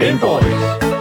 Game Boys.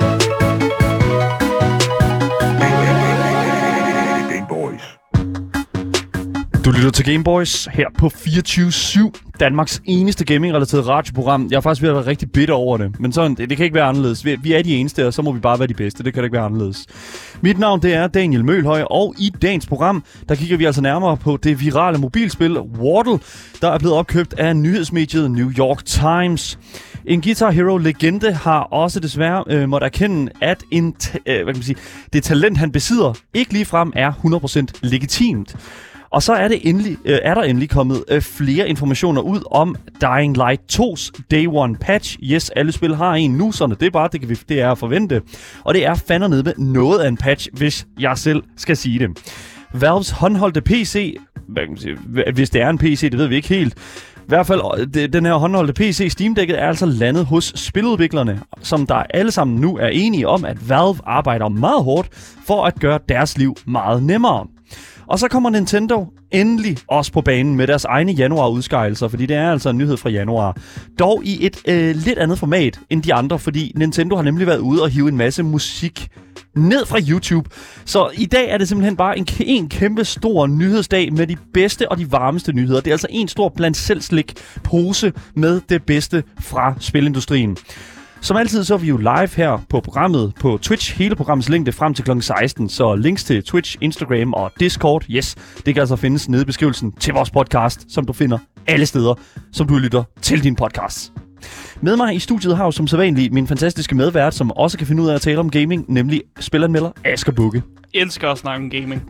Du lytter til Game Boys her på 24/7, Danmarks eneste gaming-relateret radioprogram. Jeg er faktisk ved at være rigtig bitter over det, men sådan, det kan ikke være anderledes. Vi er de eneste, og så må vi bare være de bedste. Det kan da ikke være anderledes. Mit navn det er Daniel Mølhøj, og i dagens program, der kigger vi altså nærmere på det virale mobilspil Wordle, der er blevet opkøbt af nyhedsmediet New York Times. En Guitar Hero-legende har også desværre måttet erkende, at det talent, han besidder, ikke ligefrem er 100% legitimt. Og så er der endelig kommet flere informationer ud om Dying Light 2's Day One patch. Yes, alle spil har en nu, så det er at forvente. Og det er fandme med noget af en patch, hvis jeg selv skal sige det. Valves håndholdte PC, hvis det er en PC, det ved vi ikke helt. I hvert fald, den her håndholdte PC Steam-dækket er altså landet hos spiludviklerne, som der alle sammen nu er enige om, at Valve arbejder meget hårdt for at gøre deres liv meget nemmere. Og så kommer Nintendo endelig også på banen med deres egne januar-udskejelser, fordi det er altså en nyhed fra januar. Dog i et lidt andet format end de andre, fordi Nintendo har nemlig været ude og hive en masse musik ned fra YouTube. Så i dag er det simpelthen bare en kæmpe stor nyhedsdag med de bedste og de varmeste nyheder. Det er altså en stor blandt selv slik pose med det bedste fra spilindustrien. Som altid så er vi jo live her på programmet på Twitch. Hele programmets længde frem til kl. 16. Så links til Twitch, Instagram og Discord, yes, det kan altså findes nede i beskrivelsen til vores podcast, som du finder alle steder, som du lytter til din podcast. Med mig i studiet har jo som sædvanligt min fantastiske medvært, som også kan finde ud af at tale om gaming, nemlig spilanmelder Asger Bukke. Jeg elsker at snakke om gaming.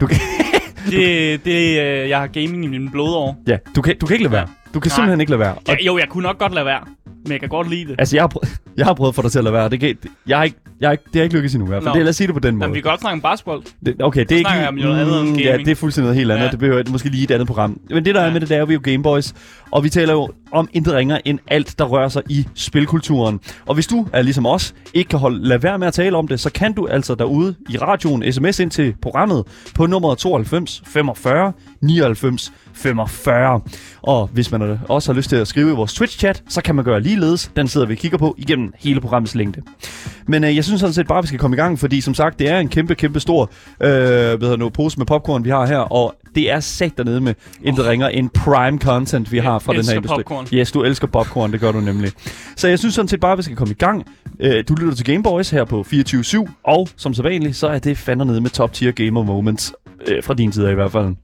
Jeg har gaming i mine blodår. Ja, du kan ikke lade være. Du kan simpelthen ikke lade være. Jo, jeg kunne nok godt lade være, men jeg kan godt lide det. Altså, jeg har prøvet at få dig til at lade være. Det har ikke lykkes endnu i hvert fald. Lad os sige det på den måde. Men vi kan godt snakke om basketball. Det er ikke noget andet end gaming. Ja, det er fuldstændig noget helt andet. Ja. Det behøver måske lige et andet program. Men det der er med det, der er vi jo Game Boys. Og vi taler jo om intet ringer end alt, der rører sig i spilkulturen. Og hvis du er ligesom os, ikke kan lade være med at tale om det, så kan du altså derude i radioen sms ind til programmet på nummeret 92 45 99 45. Og hvis man også har lyst til at skrive i vores Twitch-chat, så kan man gøre ligeledes. Den sidder vi og kigger på igennem hele programmets længde. Men jeg synes sådan set bare, at vi skal komme i gang, fordi som sagt, det er en kæmpe stor pose med popcorn, vi har her, og det er sat dernede med intet ringer en prime content, vi har fra den her industri. Popcorn. Yes, du elsker popcorn, det gør du nemlig. Så jeg synes sådan set bare, at vi skal komme i gang. Du lytter til Game Boys her på 24/7, og som sædvanligt, så er det fandme nede med top tier gamer moments, fra din side i hvert fald.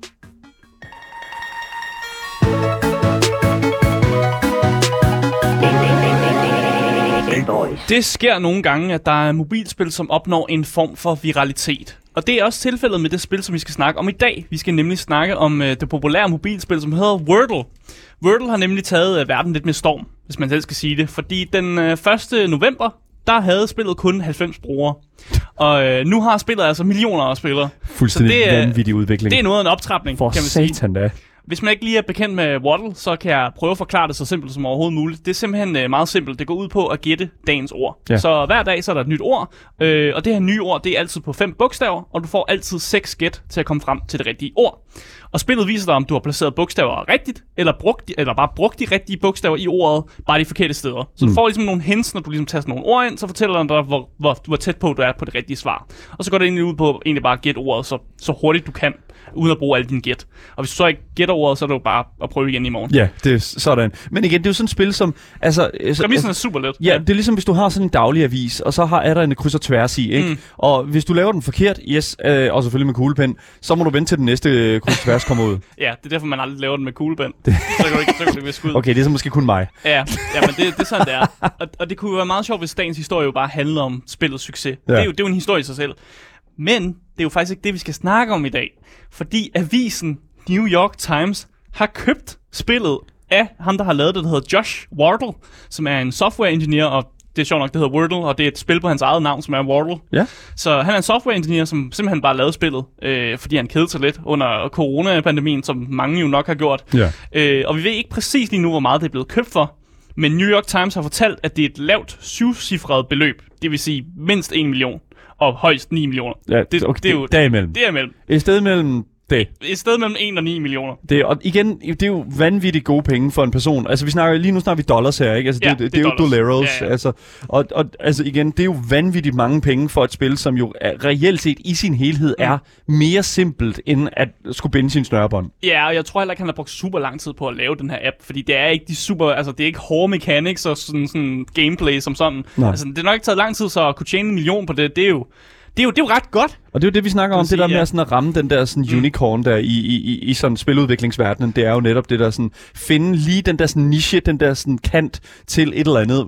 Det sker nogle gange, at der er mobilspil, som opnår en form for viralitet. Og det er også tilfældet med det spil, som vi skal snakke om i dag. Vi skal nemlig snakke om det populære mobilspil, som hedder Wordle. Wordle har nemlig taget verden lidt med storm, hvis man selv skal sige det. Fordi den 1. november, der havde spillet kun 90 brugere. Og nu har spillet altså millioner af spillere. Fuldstændig vanvittig udvikling. Det er noget af en optrapning, kan man sige. Satan da. Hvis man ikke lige er bekendt med Wordle, så kan jeg prøve at forklare det så simpelt som overhovedet muligt. Det er simpelthen meget simpelt. Det går ud på at gætte dagens ord. Ja. Så hver dag så er der et nyt ord, og det her nye ord, det er altid på 5 bogstaver, og du får altid 6 gæt til at komme frem til det rigtige ord. Og spillet viser dig, om du har placeret bogstaver rigtigt, eller bare brugt de rigtige bogstaver i ordet, bare de forkerte steder. Så du får ligesom nogle hints, når du ligesom tager nogle ord ind, så fortæller den dig, hvor tæt på du er på det rigtige svar. Og så går det egentlig ud på egentlig bare at gætte ordet så hurtigt du kan, uden at bruge alle dine gæt. Og hvis du så ikke gætter ordet, så er det jo bare at prøve igen i morgen. Ja, det er sådan. Men igen, det er jo sådan et spil, som... Præmissen er super let. Ja, det er ligesom, hvis du har sådan en daglig avis, og så er der en kryds og tværs i, ikke? Og hvis du laver den forkert, og selvfølgelig med kuglepen, så må du vente til den næste kryds og tværs kommer ud. Ja, det er derfor, man aldrig laver den med kuglepen. Så kan du ikke skud. Okay, det er så måske kun mig. Ja, men det er sådan, det er. Og det kunne jo være meget sjovt, hvis dagens historie jo bare handler om spillets succes. Ja. Det er jo en historie i sig selv. Men det er jo faktisk ikke det, vi skal snakke om i dag. Fordi avisen New York Times har købt spillet af ham, der har lavet det, der hedder Josh Wardle, som er en software engineer, og det er sjovt nok, det hedder Wordle, og det er et spil på hans eget navn, som er Wardle. Ja. Så han er en software engineer, som simpelthen bare lavede spillet, fordi han kedede sig lidt under coronapandemien, som mange jo nok har gjort. Ja. Og vi ved ikke præcis lige nu, hvor meget det er blevet købt for, men New York Times har fortalt, at det er et lavt 7-cifret beløb, det vil sige mindst 1 million. Og højst 9 millioner. Ja, det er jo derimellem. Det er imellem. Et sted mellem Et sted mellem 1 og 9 millioner. Og igen, det er jo vanvittigt gode penge for en person. Altså, lige nu snakker vi dollars her, ikke? Altså, det er jo dollars. Ja. Altså, og altså, igen, det er jo vanvittigt mange penge for et spil, som jo reelt set i sin helhed er mere simpelt, end at skulle binde sin snørebånd. Ja, og jeg tror heller ikke, han har brugt super lang tid på at lave den her app, fordi det er ikke det er ikke hårde mechanics og sådan gameplay som sådan. Altså, det har nok ikke taget lang tid, så at kunne tjene 1 million på det, det er jo ret godt. Og det er jo det, vi snakker om, det der med sådan at ramme den der sådan unicorn der i sådan spiludviklingsverdenen. Det er jo netop det der sådan, finde lige den der sådan niche, den der sådan kant til et eller andet,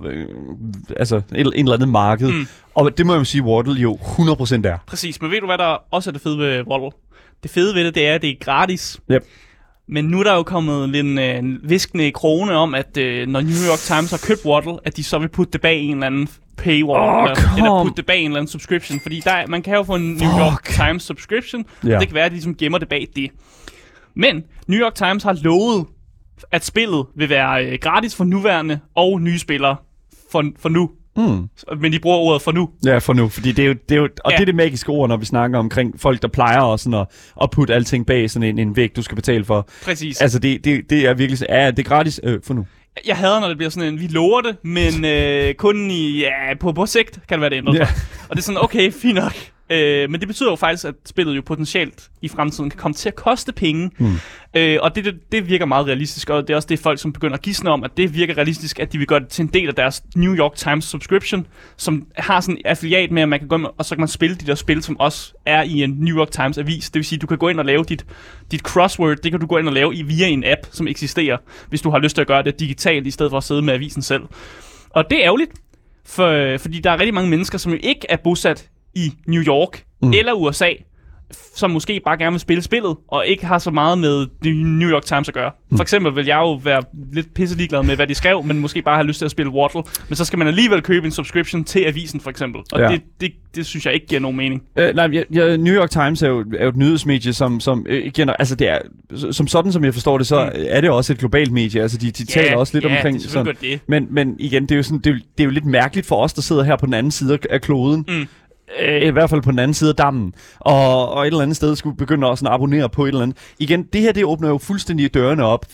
en eller andet marked. Og det må jeg jo sige, Waddle jo 100% er. Præcis, men ved du hvad der også er det fede ved Waddle? Det fede ved det er, at det er gratis. Yep. Men nu er der jo kommet lidt en viskende krone om, at når New York Times har købt Waddle, at de så vil putte det bag en eller anden paywall, eller putte det bag en eller anden subscription. Fordi man kan jo få en New York Times subscription, og det kan være, at de ligesom gemmer det bag det. Men New York Times har lovet, at spillet vil være gratis for nuværende og nye spillere for nu. Men de bruger ordet for nu. Ja, for nu, fordi det er jo og det er det magiske ord, når vi snakker omkring folk, der plejer også at putte alting bag sådan en væg, du skal betale for. Præcis. Altså det er virkelig det er gratis for nu. Jeg hader, når det bliver sådan en, vi lover det, men kun på sigt kan det være det ændret. Yeah. Og det er sådan, okay, fint nok. Men det betyder jo faktisk, at spillet jo potentielt i fremtiden kan komme til at koste penge. Og det virker meget realistisk, og det er også det folk, som begynder at gisne om, at det virker realistisk, at de vil gøre det til en del af deres New York Times subscription, som har sådan en affiliat med, at man kan gå ind, og så kan man spille de der spil, som også er i en New York Times avis. Det vil sige, at du kan gå ind og lave dit crossword, det kan du gå ind og lave via en app, som eksisterer, hvis du har lyst til at gøre det digitalt, i stedet for at sidde med avisen selv. Og det er ærgerligt, fordi der er rigtig mange mennesker, som jo ikke er bosat i New York eller USA, som måske bare gerne vil spille spillet, og ikke har så meget med New York Times at gøre. For eksempel vil jeg jo være lidt pisse ligeglad med, hvad de skrev, men måske bare have lyst til at spille Waddle. Men så skal man alligevel købe en subscription til avisen, for eksempel. Og det synes jeg ikke giver nogen mening. New York Times er jo et nyhedsmedie, som altså det er, som sådan, som jeg forstår det, så er det også et globalt medie. Altså de taler også lidt omkring sådan. Men igen, det er jo sådan, det er jo lidt mærkeligt for os, der sidder her på den anden side af kloden. I hvert fald på den anden side af dammen, og et eller andet sted skulle begynde også at abonnere på et eller andet. Igen, det her, det åbner jo fuldstændig dørene op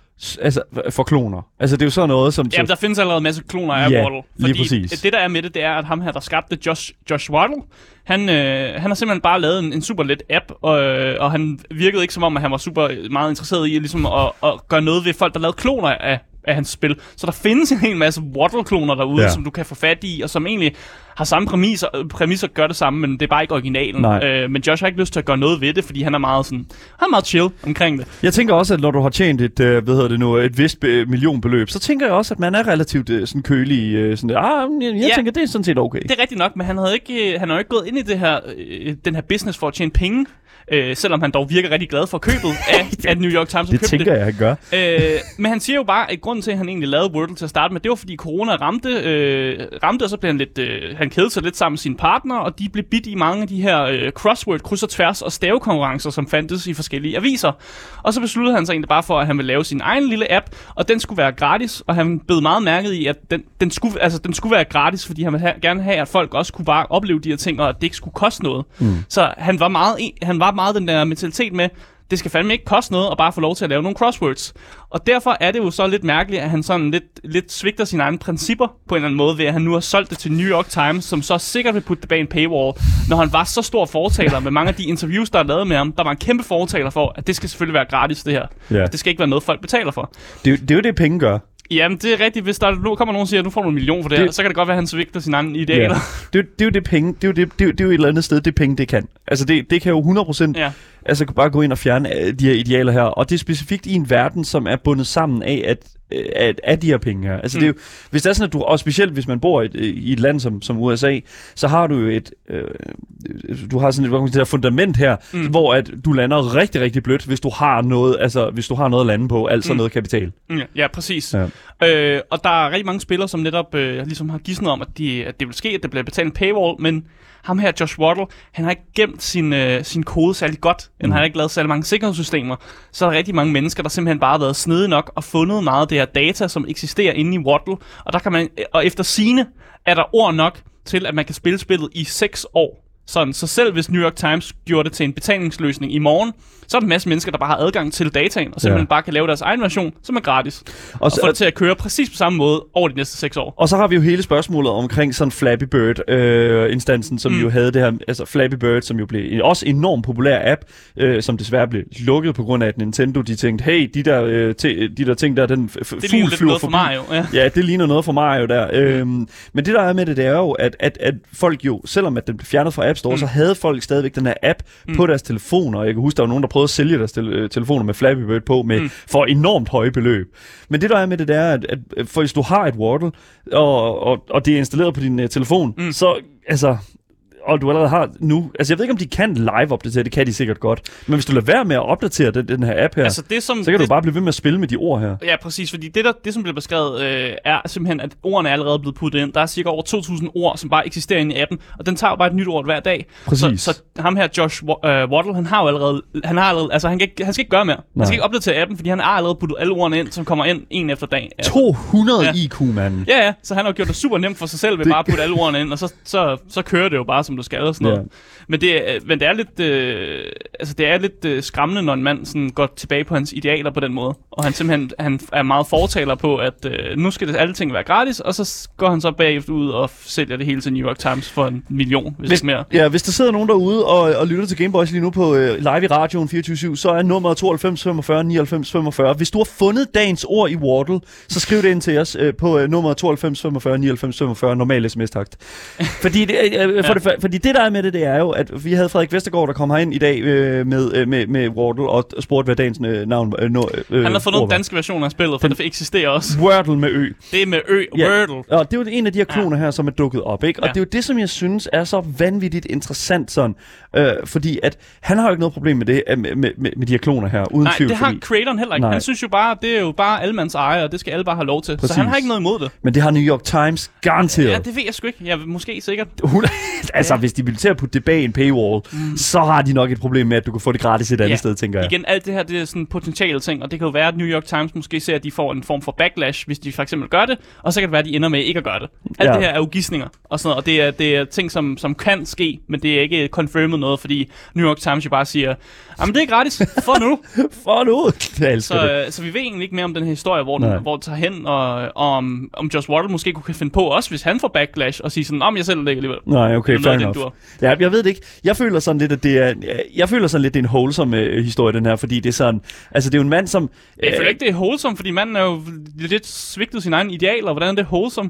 for kloner. Altså, det er jo sådan noget, som... Jamen, der findes allerede en masse kloner af Waddle. Lige præcis. Det, der er med det er, at ham her, der skabte Josh Waddle, han har simpelthen bare lavet en super let app, og han virkede ikke som om, at han var super meget interesseret i ligesom at gøre noget ved folk, der lavede kloner af hans spil. Så der findes en hel masse Waddle-kloner derude, som du kan få fat i, og som egentlig har samme præmisser, gør det samme, men det er bare ikke originalen. Men Josh har ikke lyst til at gøre noget ved det, fordi han er meget chill omkring det. Jeg tænker også, at når du har tjent et vist millionbeløb, så tænker jeg også, at man er relativt sådan kølig. Jeg tænker, det er sådan set okay. Det er rigtigt nok, men han har jo ikke gået ind i den her business for at tjene penge. Selvom han dog virker rigtig glad for købet af New York Times. Det tænker jeg, han gør. Men han siger jo bare, at grunden til, at han egentlig lavede Wordle til at starte med, det var fordi corona ramte, og så blev han lidt... han kædede sig lidt sammen med sine partnere, og de blev bidt i mange af de her crossword, kryds og tværs og stavekonkurrencer, som fandtes i forskellige aviser. Og så besluttede han sig egentlig bare for, at han ville lave sin egen lille app, og den skulle være gratis, og han bed meget mærket i, at den skulle være gratis, fordi han ville gerne have, at folk også kunne bare opleve de her ting, og at det ikke skulle koste noget. Så han var meget den der mentalitet med, det skal fandme ikke koste noget, og bare få lov til at lave nogle crosswords. Og derfor er det jo så lidt mærkeligt, at han sådan lidt svigter sine egne principper på en eller anden måde, ved at han nu har solgt det til New York Times, som så sikkert vil putte det bag en paywall, når han var så stor fortaler med mange af de interviews, der er lavet med ham. Der var en kæmpe fortaler for, at det skal selvfølgelig være gratis, det her. Yeah. Det skal ikke være noget, folk betaler for. Det er jo det, penge gør. Jamen, det er rigtigt. Hvis der nu kommer nogen og siger, at nu får du 1 million for det her, så kan det godt være, at han svigter sine egne idealer. Ja. Det er jo det penge. Det er jo et eller andet sted, det penge, det kan. Altså, det kan jo 100%... Altså, bare gå ind og fjerne de her idealer her. Og det er specifikt i en verden, som er bundet sammen af de her penge her. Altså, det er jo, hvis det er sådan, at og specielt hvis man bor i et land som USA, så har du jo du har sådan et fundament her, hvor at du lander rigtig, rigtig blødt, hvis du har noget, at lande på, altså noget kapital. Ja, præcis. Ja. Og der er rigtig mange spillere, som netop ligesom har gisnet om, at det vil ske, at det bliver betalt en paywall, men ham her, Josh Waddle, han har ikke gemt sin kode særlig godt. Han har ikke lavet særlig mange sikkerhedssystemer. Så er der rigtig mange mennesker, der simpelthen bare har været snedige nok og fundet meget af det her data, som eksisterer inde i Waddle. Og der kan man, og efter sigende er der ord nok til, at man kan spille spillet i 6 år. Sådan, så selv hvis New York Times gjorde det til en betalingsløsning i morgen, så er der en masse mennesker, der bare har adgang til dataen, og simpelthen bare kan lave deres egen version, som er gratis. Og få det til at køre præcis på samme måde over de næste 6 år. Og så har vi jo hele spørgsmålet omkring sådan Flappy Bird-instansen, som jo havde det her, altså Flappy Bird, som jo blev også en enormt populær app, som desværre blev lukket på grund af, at Nintendo, de tænkte, hey, de der ting der, den fugl flyver forbi. Mario, ja, det ligner noget for Mario der. Men det der er med det er jo, at folk jo, selvom at den blev fjernet fra App Store, så havde folk stadigvæk den her app på deres telefoner. Jeg kan huske, der var nogen, der prøvede at sælge deres telefoner med Flappy Bird på for enormt høje beløb. Men det der er med det er, at for hvis du har et Wordle, og det er installeret på din telefon, så altså... Og du allerede har nu... Altså, jeg ved ikke, om de kan live-opdatere. Det kan de sikkert godt. Men hvis du lader være med at opdatere den her app her, altså så kan du bare blive ved med at spille med de ord her. Ja, præcis. Fordi det som bliver beskrevet, er simpelthen, at ordene er allerede blevet puttet ind. Der er cirka over 2.000 ord, som bare eksisterer inde i appen. Og den tager jo bare et nyt ord hver dag. Præcis. Så ham her, Josh Waddle, han har allerede... Altså, han skal ikke gøre mere. Han skal ikke opdatere appen, fordi han har allerede puttet alle ordene ind, som kommer ind en efter dag. 200 IQ, mand. Ja. Så han har gjort det super nemt for sig selv ved bare at putte alle ordene ind, og så kører det jo bare, som du skal og sådan noget. Men det er lidt det er lidt skræmmende, når en mand sådan går tilbage på hans idealer på den måde. Og han simpelthen er meget fortaler på, at nu skal alle ting være gratis, og så går han så bagefter ud og sælger det hele til New York Times for 1 million, hvis ikke mere. Ja, hvis der sidder nogen derude og lytter til Gameboys lige nu på live i radioen 24/7, så er nummeret 92 45 99 45. Hvis du har fundet dagens ord i Wordle, så skriv det ind til os på nummeret 92 45 99 45, normal sms-takt. Fordi det der er med det er jo, at vi havde Frederik Vestergaard, der kom herind i dag med Wordle og spurgte, hvad dagens navn... Han har fundet den danske version af spillet, for det eksisterer også. Wordle med Ø. Det er med Ø. Wordle. Og det er jo en af de her kloner her, som er dukket op, ikke? Og det er jo det, som jeg synes er så vanvittigt interessant sådan. Fordi at han har jo ikke noget problem med det, med de her kloner her, uden tvivl. Nej, det har creatoren heller ikke. Han synes jo bare, det er jo bare allemands ejer, og det skal alle bare have lov til. Præcis. Så han har ikke noget imod det. Men det har New York Times garanteret. Ja, det ved jeg sgu ikke. Jeg måske sikkert. Altså, hvis de vil til at putte det bag en paywall, så har de nok et problem med, at du kan få det gratis et andet sted, tænker jeg. Igen, alt det her, det er sådan potentielle ting, og det kan jo være, at New York Times måske ser, at de får en form for backlash, hvis de for eksempel gør det, og så kan det være, at de ender med ikke at gøre det. Alt det her er jo gisninger og sådan noget, og det er ting, som kan ske, men det er ikke confirmed noget, fordi New York Times jo bare siger, jamen det er gratis, for nu. For nu. Så vi ved egentlig ikke mere om den her historie, hvor den tager hen, og om Josh Waddle måske kunne finde på også, hvis han får backlash, og sige sådan, jeg selv det alligevel. Nej, okay, fair enough. Ja, jeg ved det ikke. Jeg føler sådan lidt, at det er en wholesome historie, den her, fordi det er sådan, altså det er jo en mand, som... Jeg føler ikke, det er wholesome, fordi manden er jo lidt svigtet sine egne idealer, hvordan er det wholesome?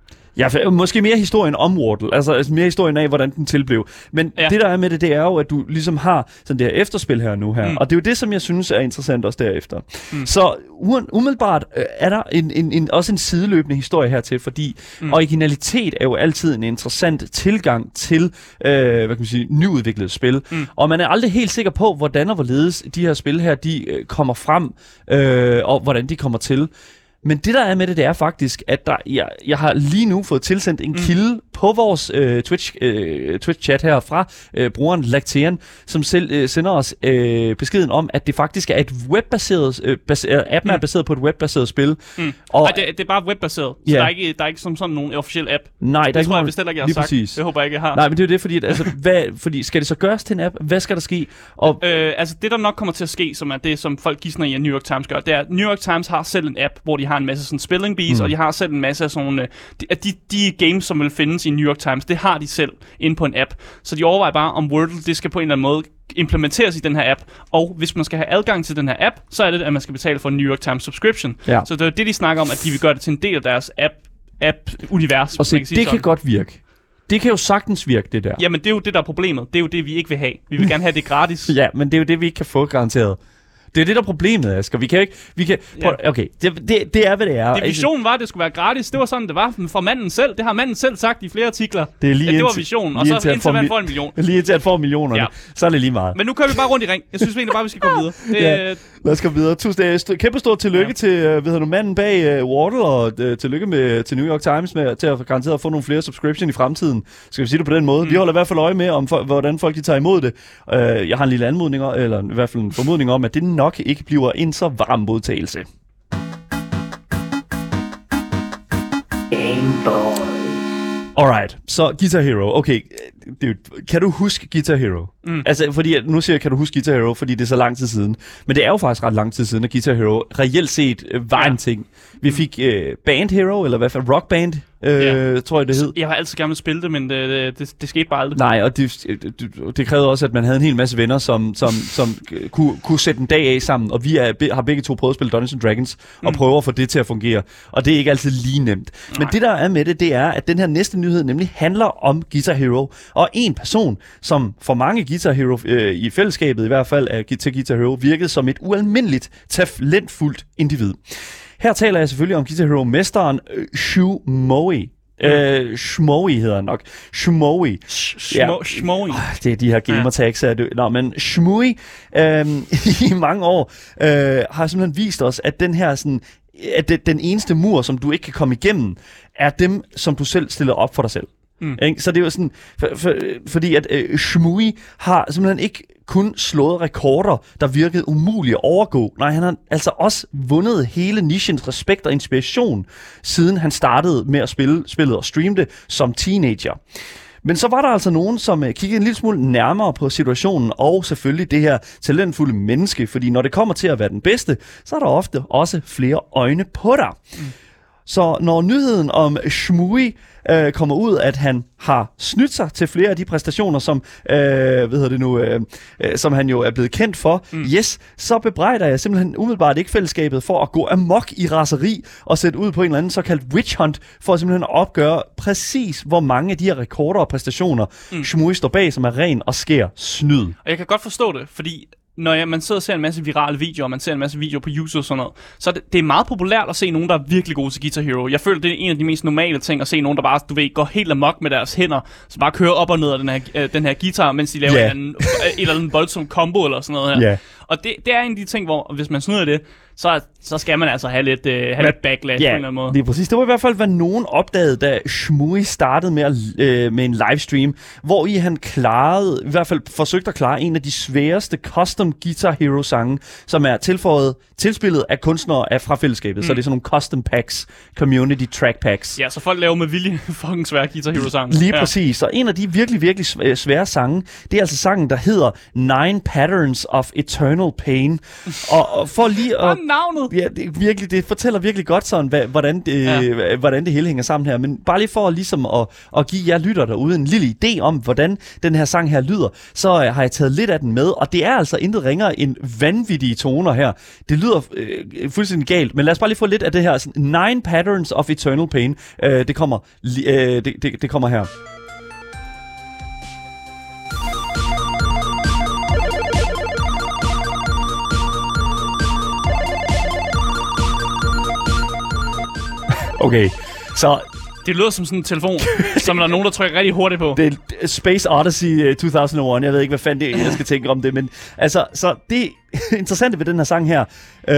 Ja, måske mere historien om Wordle, altså mere historien af, hvordan den tilblev. Men det der er med det er jo, at du ligesom har sådan det her efterspil her nu her. Og det er jo det, som jeg synes er interessant også derefter. Så umiddelbart er der også en sideløbende historie hertil, fordi originalitet er jo altid en interessant tilgang til, hvad kan man sige, nyudviklede spil. Og man er aldrig helt sikker på, hvordan og hvorledes de her spil her, de kommer frem, og hvordan de kommer til. Men det der er med det er faktisk, at jeg har lige nu fået tilsendt en kilde på vores Twitch-chat her fra brugeren Lactean, som selv sender os beskeden om, at det faktisk er et webbaseret... appen er baseret på et webbaseret spil. Og det er bare webbaseret, så der er ikke som sådan nogen officiel app. Nej, det tror jeg bestemt ikke, jeg har sagt. Præcis. Det håber jeg ikke, jeg har. Nej, men det er jo det, fordi, fordi skal det så gøres til en app? Hvad skal der ske? Altså det, der nok kommer til at ske, som er det, som folk gisner i, at New York Times gør, det er, at New York Times har selv en app, hvor de har en masse sådan spelling bees, og de har selv en masse af sådan... de games, som vil findes i New York Times, det har de selv inde på en app. Så de overvejer bare, om Wordle, det skal på en eller anden måde implementeres i den her app. Og hvis man skal have adgang til den her app, så er det, at man skal betale for en New York Times subscription. Ja. Så det er det, de snakker om, at de vil gøre det til en del af deres app-univers. Og se, det kan godt virke. Det kan jo sagtens virke, det der. Jamen, det er jo det, der er problemet. Det er jo det, vi ikke vil have. Vi vil gerne have det gratis. Ja, men det er jo det, vi ikke kan få garanteret. Det er det, der er problemet, Asger. Okay, det er, hvad det er. Visionen var, at det skulle være gratis. Det var sådan, det var for manden selv. Det har manden selv sagt i flere artikler. Det var visionen. Og så indtil man får 1 million. Lige til at få millionerne. Ja. Så er det lige meget. Men nu kører vi bare rundt i ring. Jeg synes egentlig bare, vi skal gå videre. Lad os gå videre. Kæmpe stort tillykke til manden bag Wordle, og tillykke til New York Times til at garanteret få nogle flere subscription i fremtiden. Skal vi sige det på den måde? Vi holder i hvert fald øje med, hvordan folk de tager imod det. Jeg har en lille anmodning, eller i hvert fald en formodning om, at det nok ikke bliver en så varm modtagelse. Alright, så Guitar Hero. Okay, kan du huske Guitar Hero? Altså, fordi nu siger jeg, kan du huske Guitar Hero, fordi det er så lang tid siden. Men det er jo faktisk ret lang tid siden, at Guitar Hero reelt set var en ting. Vi fik Band Hero, eller hvad for Rock Band, tror jeg det hed. Jeg har altid gerne spille det, men det skete bare aldrig. Nej, og det krævede også, at man havde en hel masse venner, som kunne sætte en dag af sammen. Og vi har begge to prøvet at spille Dungeons & Dragons, og prøver at få det til at fungere. Og det er ikke altid lige nemt. Men det, der er med det er, at den her næste nyhed nemlig handler om Guitar Hero. Og en person, som for mange Guitar Hero i fællesskabet, i hvert fald til Guitar Hero, virkede som et ualmindeligt talentfuldt individ. Her taler jeg selvfølgelig om Guitar Hero-mesteren Shmuoi. Shmuoi hedder han nok. Shmuoi. Shmuoi. Det er de her gamertags. Men Shmuoi i mange år har simpelthen vist os, at den her sådan, at den eneste mur, som du ikke kan komme igennem, er dem, som du selv stiller op for dig selv. Så det er jo sådan, fordi at Shmuoi har simpelthen ikke kun slået rekorder, der virkede umuligt at overgå. Nej, han har altså også vundet hele nichens respekt og inspiration, siden han startede med at spille spillet og streame det som teenager. Men så var der altså nogen, som kiggede en lille smule nærmere på situationen, og selvfølgelig det her talentfulde menneske, fordi når det kommer til at være den bedste, så er der ofte også flere øjne på dig. Så når nyheden om Shmuoi kommer ud, at han har snydt sig til flere af de præstationer, som som han jo er blevet kendt for, så bebrejder jeg simpelthen umiddelbart ikke fællesskabet for at gå amok i raseri og sætte ud på en eller anden såkaldt witch hunt, for simpelthen at opgøre præcis, hvor mange af de her rekorder og præstationer Shmuoi står bag, som er ren og skær snyd. Og jeg kan godt forstå det, fordi når man sidder og ser en masse virale videoer, og man ser en masse videoer på YouTube og sådan noget, så det er meget populært at se nogen, der er virkelig gode til Guitar Hero. Jeg føler, det er en af de mest normale ting at se nogen, der bare, går helt amok med deres hænder, så bare kører op og ned af den her guitar, mens de laver et eller andet voldsomt combo eller sådan noget her. Yeah. Og det er en af de ting, hvor hvis man snyder det, så skal man altså have lidt backlash på en eller anden måde. Lige præcis. Det var i hvert fald, hvad nogen opdagede, da Shmuoi startede med en livestream, hvor han i hvert fald forsøgte at klare en af de sværeste custom Guitar Hero sange, som er tilspillet af kunstnere fra fællesskabet. Så det er sådan nogle custom packs, community track packs. Ja, så folk laver med vilje fucking svære Guitar Hero sange. Lige præcis. Og en af de virkelig, virkelig svære sange, det er altså sangen, der hedder 9 Patterns of Eternal Pain. Og for lige at navnet. Ja, det fortæller virkelig godt sådan, hvordan det hele hænger sammen her. Men bare lige for ligesom at give jer lytter derude en lille idé om, hvordan den her sang her lyder, så har jeg taget lidt af den med. Og det er altså intet ringere end vanvittige toner her. Det lyder fuldstændig galt, men lad os bare lige få lidt af det her. 9 Patterns of Eternal Pain. Det kommer her. Okay, så det lyder som sådan en telefon, som der er nogen, der trykker rigtig hurtigt på. Det er Space Odyssey 2001. Jeg ved ikke, hvad fanden det er, jeg skal tænke om det, men altså, så det interessante ved den her sang her,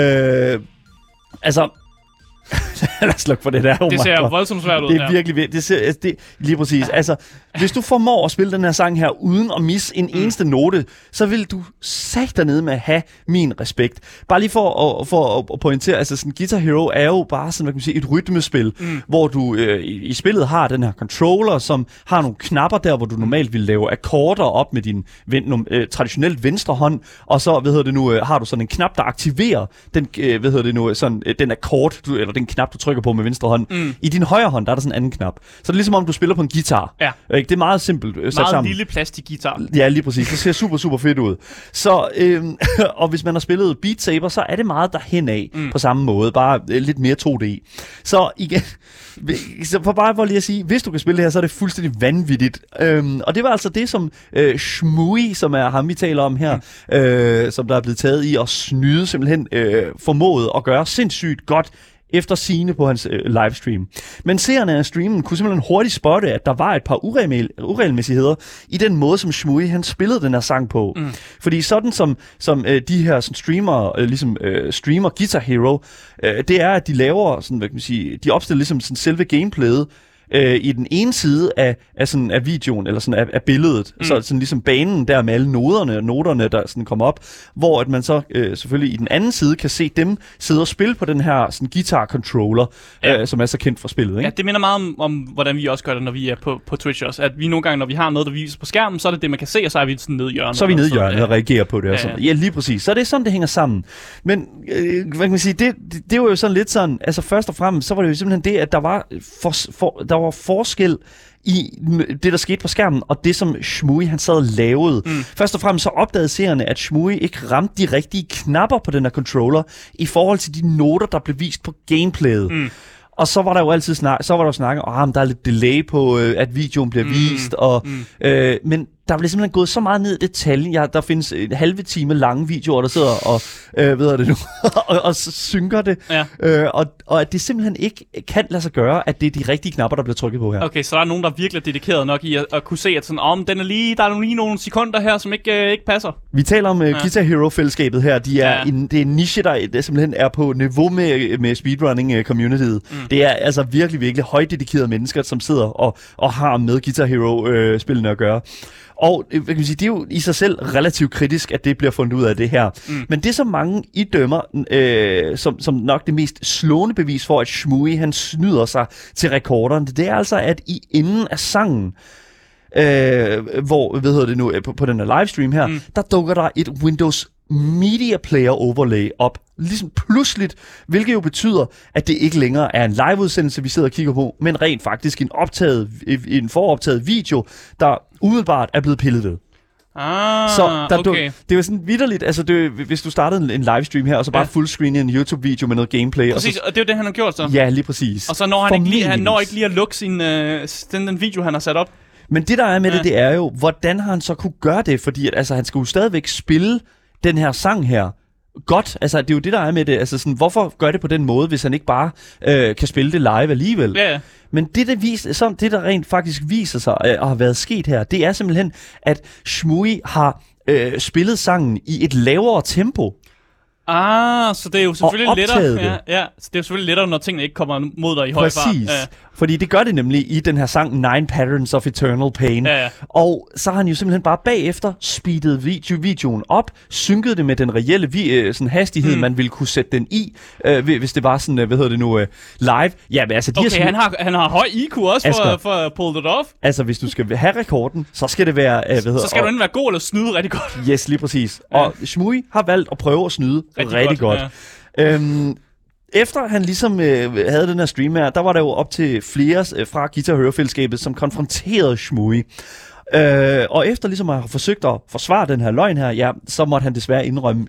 lad os slukke for det der. Det ser voldsomt svært ud. Det er virkelig lige præcis. Altså, hvis du formår at spille den her sang her uden at misse en eneste note, så vil du sagt dernede med at have min respekt. Bare lige for at pointere, altså sådan Guitar Hero er jo bare sådan, hvad kan man sige, et rytmespil, hvor du i spillet har den her controller, som har nogle knapper der, hvor du normalt vil lave akkorder op med din traditionelt venstre hånd, og så har du sådan en knap, der aktiverer den den akkord, eller den knap, du trykker på med venstre hånd. I din højre hånd, der er der sådan en anden knap. Så det er ligesom om du spiller på en guitar. Ja. Det er meget simpelt sat sammen. Meget lille plastikguitar. Ja, lige præcis. Det ser super, super fedt ud. Så, og hvis man har spillet Beat Saber, så er det meget derhen af på samme måde. Bare lidt mere 2D. Så igen, så for lige at sige, hvis du kan spille det her, så er det fuldstændig vanvittigt. Og det var altså det, som Shmuoi, som er ham, vi taler om her, som der er blevet taget i at snyde, simpelthen formået at gøre sindssygt godt efter sigende på hans livestream. Men seerne af streamen kunne simpelthen hurtigt spotte, at der var et par uregelmæssigheder i den måde, som Shmuoi han spillede den her sang på. Fordi sådan som de her streamere streamer Guitar Hero, det er, at de laver sådan, hvad kan man sige, de opstiller ligesom sådan selve gameplayet i den ene side af videoen, eller sådan af billedet, så sådan ligesom banen der med alle noterne, der sådan kommer op, hvor at man så selvfølgelig i den anden side kan se dem sidde og spille på den her sådan guitar-controller, som er så kendt for spillet, ikke? Ja, det minder meget om, hvordan vi også gør det, når vi er på Twitch også. At vi nogle gange, når vi har noget, der viser på skærmen, så er det, man kan se, og så er vi sådan nede i hjørnet. Så er vi nede i hjørnet og reagerer på det. Og sådan. Ja, lige præcis. Så er det sådan, det hænger sammen. Men, hvad kan man sige, det var jo sådan lidt sådan, altså først og fremmest, så var det jo simpelthen det, at der var forskel i det, der skete på skærmen, og det, som Shmooey han sad og lavede. Først og fremmest så opdagede seerne, at Shmooey ikke ramte de rigtige knapper på den her controller, i forhold til de noter, der blev vist på gameplayet. Og så var der jo altid snak om, der er lidt delay på, at videoen bliver vist, men der blev simpelthen gået så meget ned i detaljen. Der findes en halve time lange videoer, der sidder og synker det. Ja. Og at det simpelthen ikke kan lade sig gøre, at det er de rigtige knapper, der bliver trykket på her. Okay, så der er nogen, der er virkelig dedikeret nok i at kunne se, at sådan, der er lige nogle sekunder her, som ikke passer. Vi taler om Guitar Hero-fællesskabet her. Det er en niche, der simpelthen er på niveau med speedrunning-communityet. Det er altså virkelig, virkelig højt dedikerede mennesker, som sidder og har med Guitar Hero-spillene at gøre. Og hvad kan man sige, det er jo i sig selv relativt kritisk, at det bliver fundet ud af det her. Men det, som mange idømmer som nok det mest slående bevis for, at Shmooey han snyder sig til rekorderne, det er altså, at i enden af sangen, hvor, på den her livestream her, der dukker der et Windows Media Player overlay op, ligesom pludseligt, hvilket jo betyder, at det ikke længere er en live-udsendelse, vi sidder og kigger på, men rent faktisk en foroptaget video, der umiddelbart er blevet pillet ved. Så okay. Det var sådan vitterligt, altså hvis du startede en livestream her, og så bare fullscreen en YouTube-video med noget gameplay. Præcis, og det er jo det, han har gjort så. Ja, lige præcis. Og så når han når ikke lige at lukke den video, han har sat op. Men det, der er med det er jo, hvordan har han så kunne gøre det? Fordi at, altså, han skal jo stadigvæk spille den her sang her godt. Altså, det er jo det, der er med det. Altså, sådan, hvorfor gør det på den måde, hvis han ikke bare kan spille det live alligevel? Ja. Men det, der rent faktisk viser sig at have været sket her, det er simpelthen, at Shmooey har spillet sangen i et lavere tempo. Så det er jo selvfølgelig lettere. Ja, så det er jo selvfølgelig lettere, når tingene ikke kommer mod dig i høj fart. Præcis. Fordi det gør det nemlig i den her sang 9 Patterns of Eternal Pain. Ja. Og så har han jo simpelthen bare bagefter speedet videoen op, synket det med den reelle sådan hastighed, man ville kunne sætte den i, hvis det var sådan, live. Ja, men altså, han har høj IQ også for at pull it off. Altså, hvis du skal have rekorden, så skal det være, så skal du enten være god eller snyde rigtig godt. Yes, lige præcis. Ja. Og Shmooey har valgt at prøve at snyde rigtig godt. Ja. Efter han ligesom havde den her stream her, der var der jo op til flere fra Guitar Hero-fællesskabet, som konfronterede Shmooey. Og efter ligesom at have forsøgt at forsvare den her løgn her, ja, så måtte han desværre indrømme,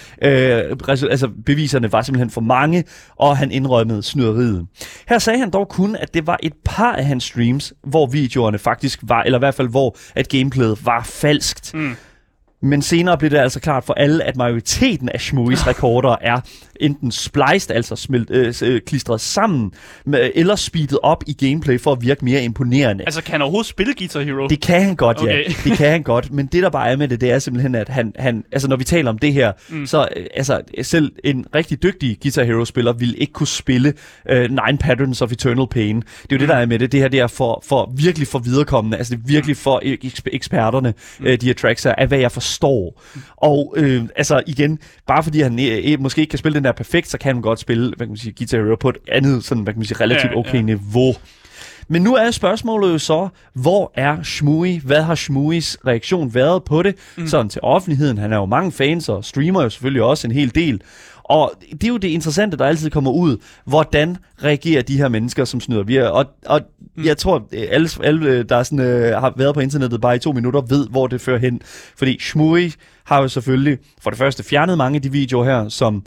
altså beviserne var simpelthen for mange, og han indrømmede snyderiet. Her sagde han dog kun, at det var et par af hans streams, hvor videoerne faktisk var, eller i hvert fald hvor at gameplayet var falskt. Men senere blev det altså klart for alle, at majoriteten af Shmooeys rekorder er enten spliced, altså klistret sammen, eller speedet op i gameplay for at virke mere imponerende. Altså, kan han overhovedet spille Guitar Hero? Det kan han godt, okay. Ja. Det kan han godt, men det der bare er med det er simpelthen, at han altså når vi taler om det her, så altså selv en rigtig dygtig Guitar Hero-spiller vil ikke kunne spille 9 Patterns of Eternal Pain. Det er jo det, der er med det. Det her, det er for virkelig for viderekommende, altså det er virkelig for eksperterne, de her tracks her, af hvad jeg forstår. Og altså igen, bare fordi han måske ikke kan spille den der perfekt, så kan han godt spille, hvad kan man sige, Guitar Hero på et andet, sådan, hvad kan man sige, relativt okay niveau. Men nu er spørgsmålet jo så, hvor er Shmooey? Hvad har Shmooeys reaktion været på det? Sådan til offentligheden. Han har jo mange fans og streamer jo selvfølgelig også en hel del. Og det er jo det interessante, der altid kommer ud. Hvordan reagerer de her mennesker, som snyder? Og jeg tror, alle der sådan, har været på internettet bare i 2 minutter, ved, hvor det fører hen. Fordi Shmooey har jo selvfølgelig for det første fjernet mange af de videoer her, som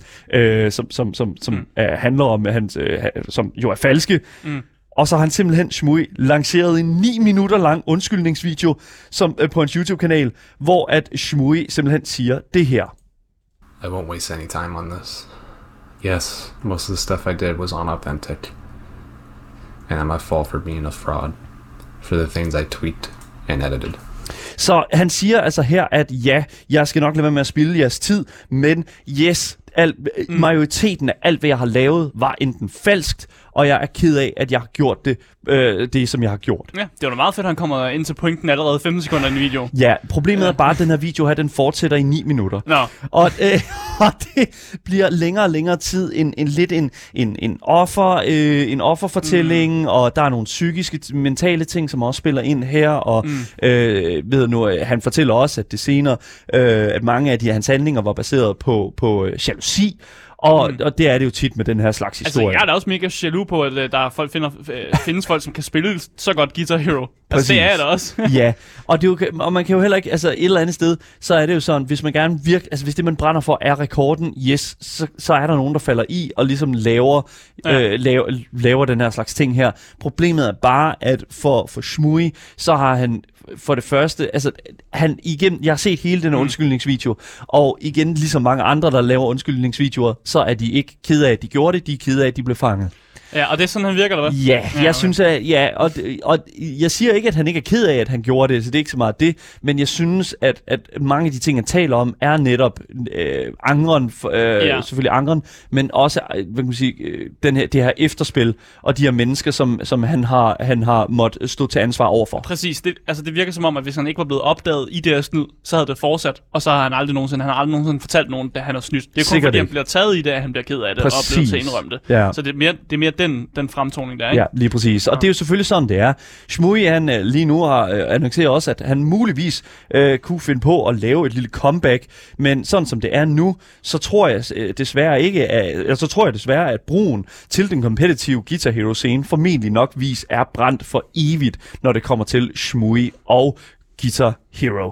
handler om, som jo er falske. Og så har han simpelthen, Shmooey, lanceret en 9 minutter lang undskyldningsvideo som, på hans YouTube-kanal, hvor at Shmooey simpelthen siger det her. I won't waste any time on this. Yes, most of the stuff I did was unauthentic. And I'm at fault for being a fraud. For the things I tweaked and edited. Så han siger altså her, at ja, jeg skal nok lade være med at spilde jeres tid, men yes, majoriteten af alt, hvad jeg har lavet, var enten falskt, og jeg er ked af, at jeg har gjort det som jeg har gjort. Ja, det var da meget fedt, at han kommer ind til pointen allerede 15 sekunder i en video. Ja, problemet er bare, at den her video her, den fortsætter i 9 minutter. Nå. Og det bliver længere og længere tid en offerfortælling, og der er nogle psykiske, mentale ting, som også spiller ind her, og han fortæller også, at det senere, at mange af hans handlinger var baseret på jalousi, og det er det jo tit med den her slags historie. Altså, jeg er da også mega jaloux på, at der er folk findes folk, som kan spille så godt Guitar Hero. Altså, det er jeg da også. Ja, og man kan jo heller ikke, altså et eller andet sted, så er det jo sådan, hvis man gerne hvis det man brænder for er rekorden, yes, så er der nogen, der falder i og ligesom laver den her slags ting her. Problemet er bare, at for Shmui, så har han for det første, altså jeg har set hele den undskyldningsvideo, og igen, ligesom mange andre, der laver undskyldningsvideoer, så er de ikke ked af, at de gjorde det, de er ked af, at de blev fanget. Ja, og det er sådan, han virker, eller hvad? Ja, jeg synes, og jeg siger ikke, at han ikke er ked af, at han gjorde det, så det er ikke så meget det, men jeg synes, at mange af de ting, han taler om, er netop angren, selvfølgelig angren, men også, hvad kan man sige, det her efterspil, og de her mennesker, som han har måttet stå til ansvar overfor. Præcis, det virker som om, at hvis han ikke var blevet opdaget i det her snyd, så havde det fortsat, og så har han aldrig nogensinde fortalt nogen, da han har snydt. Det er kun fordi, han bliver taget i det, at han bliver ked af det, og oplevet til at indrømme det. Ja. Så det er mere den fremtoning der, ikke? Ja, lige præcis. Og det er jo selvfølgelig sådan, det er. Shmui, han lige nu har annonceret også, at han muligvis kunne finde på at lave et lille comeback, men sådan som det er nu, så tror jeg desværre, at broen til den competitive Guitar Hero scene formentlig nokvis er brændt for evigt, når det kommer til Shmui og Guitar Hero.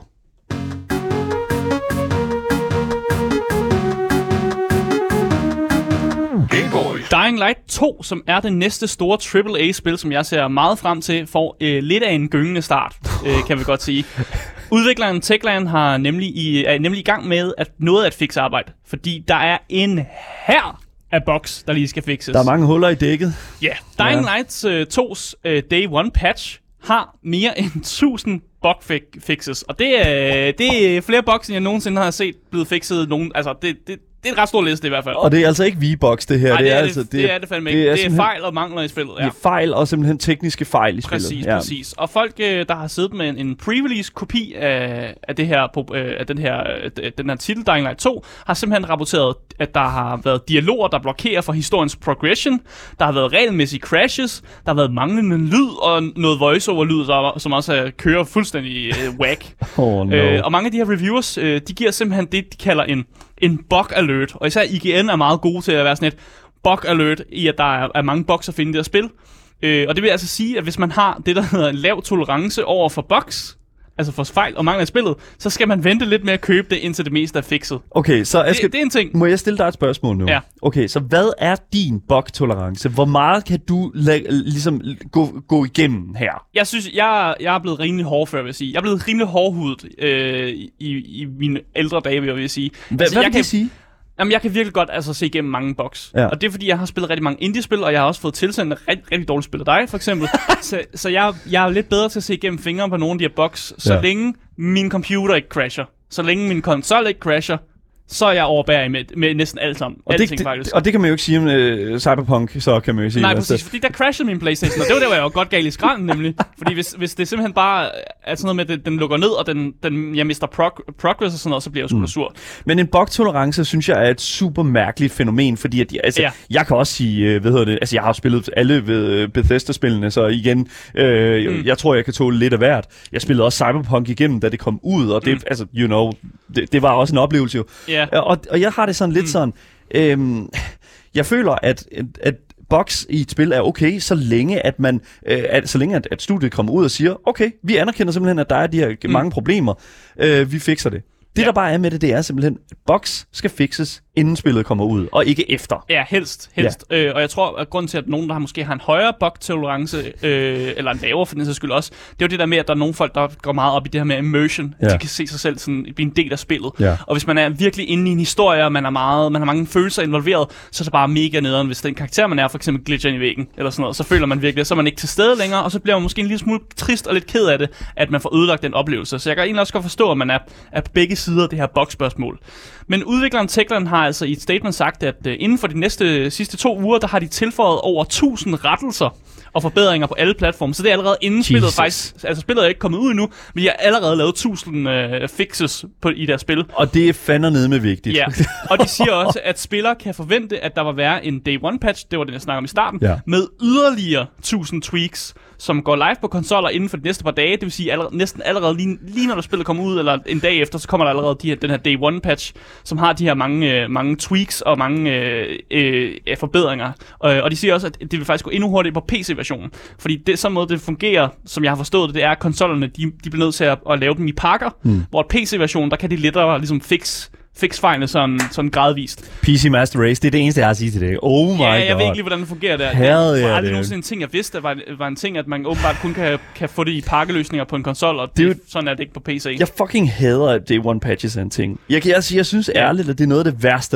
Dying Light 2, som er det næste store AAA-spil, som jeg ser meget frem til, får lidt af en gyngende start, kan vi godt sige. Udvikleren Techland er nemlig i gang med noget af et fixarbejde, fordi der er en hær af bugs, der lige skal fixes. Der er mange huller i dækket. Ja, Dying Light 2's Day 1 patch har mere end 1000 bug fixes, og det er flere bugs, end jeg nogensinde har set blevet fixet. Det er en ret stor liste i hvert fald. Og det er altså ikke V-Bucks, det her. Nej, det er det fandme ikke. Det er fejl og mangler i spillet. Ja. Det er fejl og simpelthen tekniske fejl i spillet. Præcis. Og folk, der har siddet med en pre-release kopi af den her titel, Dying Light 2, har simpelthen rapporteret, at der har været dialoger, der blokerer for historiens progression. Der har været regelmæssige crashes. Der har været manglende lyd og noget voice-over-lyd, som også kører fuldstændig whack. Og mange af de her reviewers, de giver simpelthen det, de kalder en bug alert, og især IGN er meget gode til at være sådan et bug alert i, at der er mange bugs at finde i det her spil. Og det vil altså sige, at hvis man har det, der hedder en lav tolerance over for bugs, altså for fejl og mangler i spillet, så skal man vente lidt med at købe det, indtil det meste er fikset. Okay, så det er en ting. Må jeg stille dig et spørgsmål nu? Ja. Okay, så hvad er din bug-tolerance? Hvor meget kan du ligesom gå igennem her? Jeg synes, jeg er blevet rimelig hård før, vil jeg sige. Jeg er blevet rimelig hårdhudet i mine ældre dage, vil jeg sige. Hvad vil det sige? Jamen, jeg kan virkelig godt se igennem mange bugs. Ja. Og det er, fordi jeg har spillet rigtig mange indie-spil, og jeg har også fået tilsendt rigtig dårligt spil af dig, for eksempel. så jeg er lidt bedre til at se igennem fingre på nogle af de her bugs, så længe min computer ikke crasher. Så længe min konsol ikke crasher, så er jeg overbærig med næsten alt sammen. Og det kan man jo ikke sige om Cyberpunk, så kan man jo sige. Nej, præcis, fordi der crashede min PlayStation, og det var der, hvor jeg var godt galt i skralden, nemlig. Fordi hvis det simpelthen bare er sådan noget med, at den lukker ned, og jeg mister progress og sådan noget, så bliver jeg sgu sur. Men en bug-tolerance, synes jeg, er et super mærkeligt fænomen, fordi at, jeg kan også sige, jeg har spillet alle Bethesda-spillene, så igen, jeg tror, jeg kan tåle lidt af hvert. Jeg spillede også Cyberpunk igennem, da det kom ud, og det, det var også en oplevelse jo. Yeah. Og jeg har det sådan lidt sådan, jeg føler, at bugs i et spil er okay, så længe at studiet kommer ud og siger, okay, vi anerkender simpelthen, at der er de her mange problemer, vi fikser det. Det, der bare er med det er simpelthen, at bugs skal fikses, inden spillet kommer ud, og ikke efter. Ja, helst. Ja. Og jeg tror, at grunden til, at nogen, der måske har en højere bug-tolerance, eller en lavere for den sags skyld også, det er jo det der med, at der er nogle folk, der går meget op i det her med immersion. Ja. De kan se sig selv sådan, blive en del af spillet. Ja. Og hvis man er virkelig inde i en historie, og man har mange følelser involveret, så er det bare mega nederen, hvis den karakter, man er, for eksempel glitcher ind i væggen, eller sådan noget, så føler man virkelig, så er man ikke til stede længere, og så bliver man måske en lille smule trist og lidt ked af det, at man får ødelagt den oplevelse. Så jeg kan egentlig også godt forstå, at man er på begge sider af det her bug-spørgsmål. Men udvikleren Techland har har altså i et statement sagt, at inden for de sidste 2 uger, der har de tilføjet over 1000 rettelser og forbedringer på alle platforme. Så det er allerede inden spillet faktisk... Altså spillet er ikke kommet ud endnu, men de har allerede lavet 1000 fixes i deres spil. Og det er fandme med vigtigt. Ja, og de siger også, at spillere kan forvente, at der vil være en Day One patch, det var det, jeg snakkede om i starten, med yderligere 1000 tweaks, som går live på konsoller inden for de næste par dage. Det vil sige, næsten allerede lige når spillet kommer ud, eller en dag efter, så kommer der allerede den her Day One patch, som har de her mange tweaks og mange forbedringer. Og de siger også, at det vil faktisk gå endnu hurtigere på PC-versionen. Fordi det sådan måde, det fungerer, som jeg har forstået det er, at konsollerne, de bliver nødt til at lave dem i pakker, hvor PC-versionen, der kan de lettere ligesom fix fejlene sådan gradvist. PC Master Race, det er det eneste, jeg har at sige til det. Oh my god. Jeg ved ikke lige, hvordan det fungerer der. Det var aldrig nogensinde en ting, jeg vidste, var en ting, at man åbenbart kun kan få det i pakkeløsninger på en konsol, og sådan er det ikke på PC. Jeg fucking hader, at Day One patches er en ting. Jeg synes ærligt, at det er noget af det værste.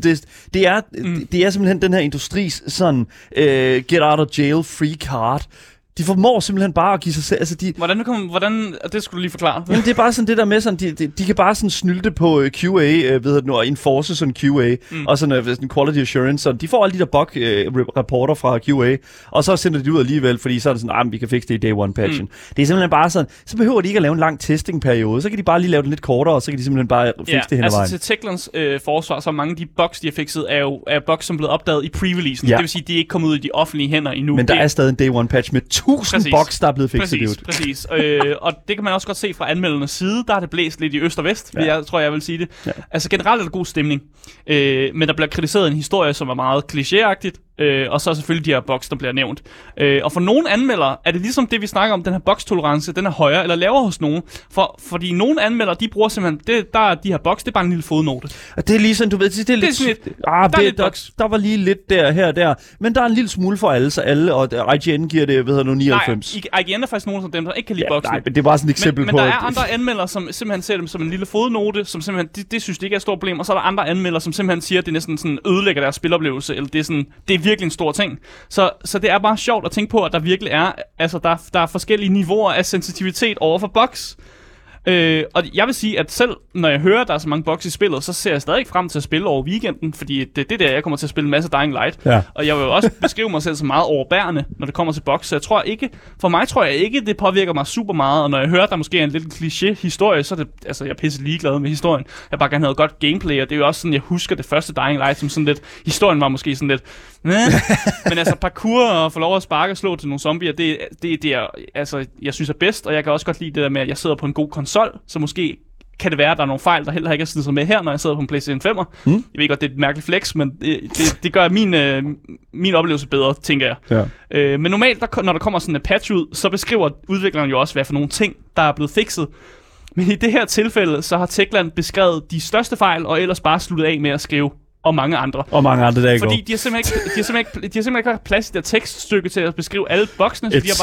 Det er simpelthen den her industris sådan get out of jail free card. De formår simpelthen bare at give sig selv... Altså Hvordan... Det skulle du lige forklare. Jamen, det er bare sådan det der med, sådan, de kan bare sådan snylte på QA, og enforce sådan QA, og sådan quality assurance. Sådan. De får alle de der bug-rapporter fra QA, og så sender de ud alligevel, fordi så er det sådan, vi kan fikse det i Day One patchen. Det er simpelthen bare sådan, så behøver de ikke at lave en lang testingperiode, så kan de bare lige lave den lidt kortere, og så kan de simpelthen bare fikse det hen ad vejen. Altså til Techlands forsvar, så mange af de bugs, de har fikset, er bugs, som er blevet opdaget i pre-releasen. Det vil sige, de er ikke kommet ud i de offentlige hænder endnu. Men der er stadig en Day One patch med 1000 bugs, der er blevet fikset. Præcis. Og det kan man også godt se fra anmeldernes side. Der er det blæst lidt i øst og vest, jeg tror, jeg vil sige det. Ja. Altså generelt er der god stemning. Men der bliver kritiseret en historie, som er meget klichéagtigt. Og så selvfølgelig de her bugs, der bliver nævnt. Og for nogle anmeldere er det ligesom det, vi snakker om, den her bugstolerance, den er højere eller lavere hos nogen. Fordi nogle anmeldere, de bruger simpelthen, der er de her bugs, det er bare en lille fodnote. Og det er ligesom, du ved, det er lidt... Der var lige lidt der, men der er en lille smule for alle, så alle, og IGN giver det, 99. Nej, IGN er faktisk nogen af dem, der ikke kan lide bugsene. Nej, men det er bare sådan et eksempel på... Men der er andre anmeldere, som simpelthen ser dem som en lille fodnote, som simpelthen, det synes de ikke er et stort problem, og så er der andre anmeldere, som simpelthen siger, at det næsten sådan ødelægger deres spiloplevelse, eller det er virkelig en stor ting. Så det er bare sjovt at tænke på, at der virkelig er, altså der er forskellige niveauer af sensitivitet over for bugs. Og jeg vil sige, at selv når jeg hører, at der er så mange bugs i spillet, så ser jeg stadig frem til at spille over weekenden, fordi det er der, jeg kommer til at spille en masse Dying Light. Ja. Og jeg vil jo også beskrive mig selv som meget overbærende, når det kommer til bugs. Så for mig tror jeg ikke, det påvirker mig super meget. Og når jeg hører, at der måske er en lidt kliché-historie, så er det, altså jeg er pisse ligeglad med historien. Jeg bare gerne have godt gameplay, og det er jo også sådan, jeg husker det første Dying Light som sådan lidt, historien var måske sådan lidt, men altså parkour og få lov at sparke og slå til nogle zombier, det er, altså jeg synes er bedst, og jeg kan også godt lide det der med, at jeg sidder på en god konsol, så måske kan det være, at der er nogle fejl, der heller ikke er snedet sig med her, når jeg sidder på en PlayStation 5'er. Jeg ved godt, det er et mærkeligt flex, men det gør min oplevelse bedre, tænker jeg. Ja. Men normalt, når der kommer sådan en patch ud, så beskriver udvikleren jo også, hvad for nogle ting, der er blevet fikset. Men i det her tilfælde, så har Techland beskrevet de største fejl, og ellers bare sluttet af med at skrive og mange andre. Og mange andre, der fordi de har simpelthen ikke plads i det tekststykke til at beskrive alle boksene. De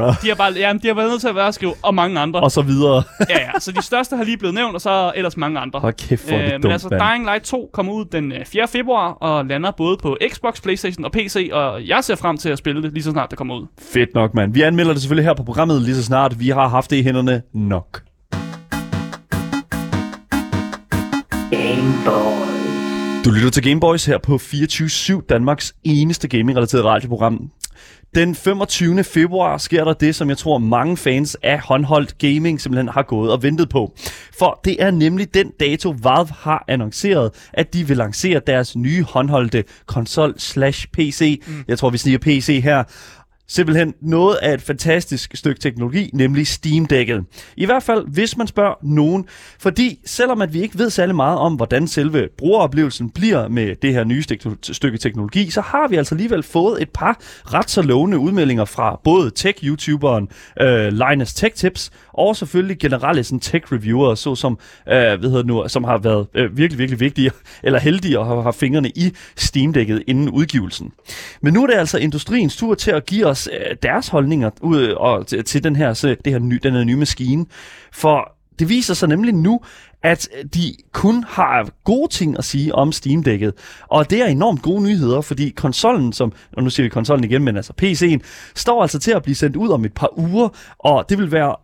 har været nødt til at skrive og mange andre. Og så videre. ja, så de største har lige blevet nævnt, og så ellers mange andre. Hold kæft, hvor det dumt, men altså, Dying Light 2 kommer ud den 4. februar, og lander både på Xbox, PlayStation og PC, og jeg ser frem til at spille det lige så snart det kommer ud. Fedt nok, mand. Vi anmelder det selvfølgelig her på programmet lige så snart. Vi har haft det i hænderne nok. Du lytter til Gameboys her på 24/7, Danmarks eneste gaming-relateret radioprogram. Den 25. februar sker der det, som jeg tror mange fans af håndholdt gaming simpelthen har gået og ventet på. For det er nemlig den dato, Valve har annonceret, at de vil lancere deres nye håndholdte konsol/PC. Jeg tror, vi siger PC her. Simpelthen noget af et fantastisk stykke teknologi, nemlig Steam Deck'et. I hvert fald, hvis man spørger nogen. Fordi selvom at vi ikke ved særlig meget om, hvordan selve brugeroplevelsen bliver med det her nye stykke teknologi, så har vi altså alligevel fået et par ret så lovende udmeldinger fra både tech-youtuberen Linus Tech Tips, og selvfølgelig generelle tech-reviewere, såsom som har været virkelig, virkelig vigtige, eller heldige og har haft fingrene i Steam Deck'et inden udgivelsen. Men nu er det altså industriens tur til at give os deres holdninger til den her nye maskine. For det viser sig nemlig nu, at de kun har gode ting at sige om Steam-dækket. Og det er enormt gode nyheder, fordi konsollen, og nu siger vi konsollen igen, men altså PC'en, står altså til at blive sendt ud om et par uger, og det vil være,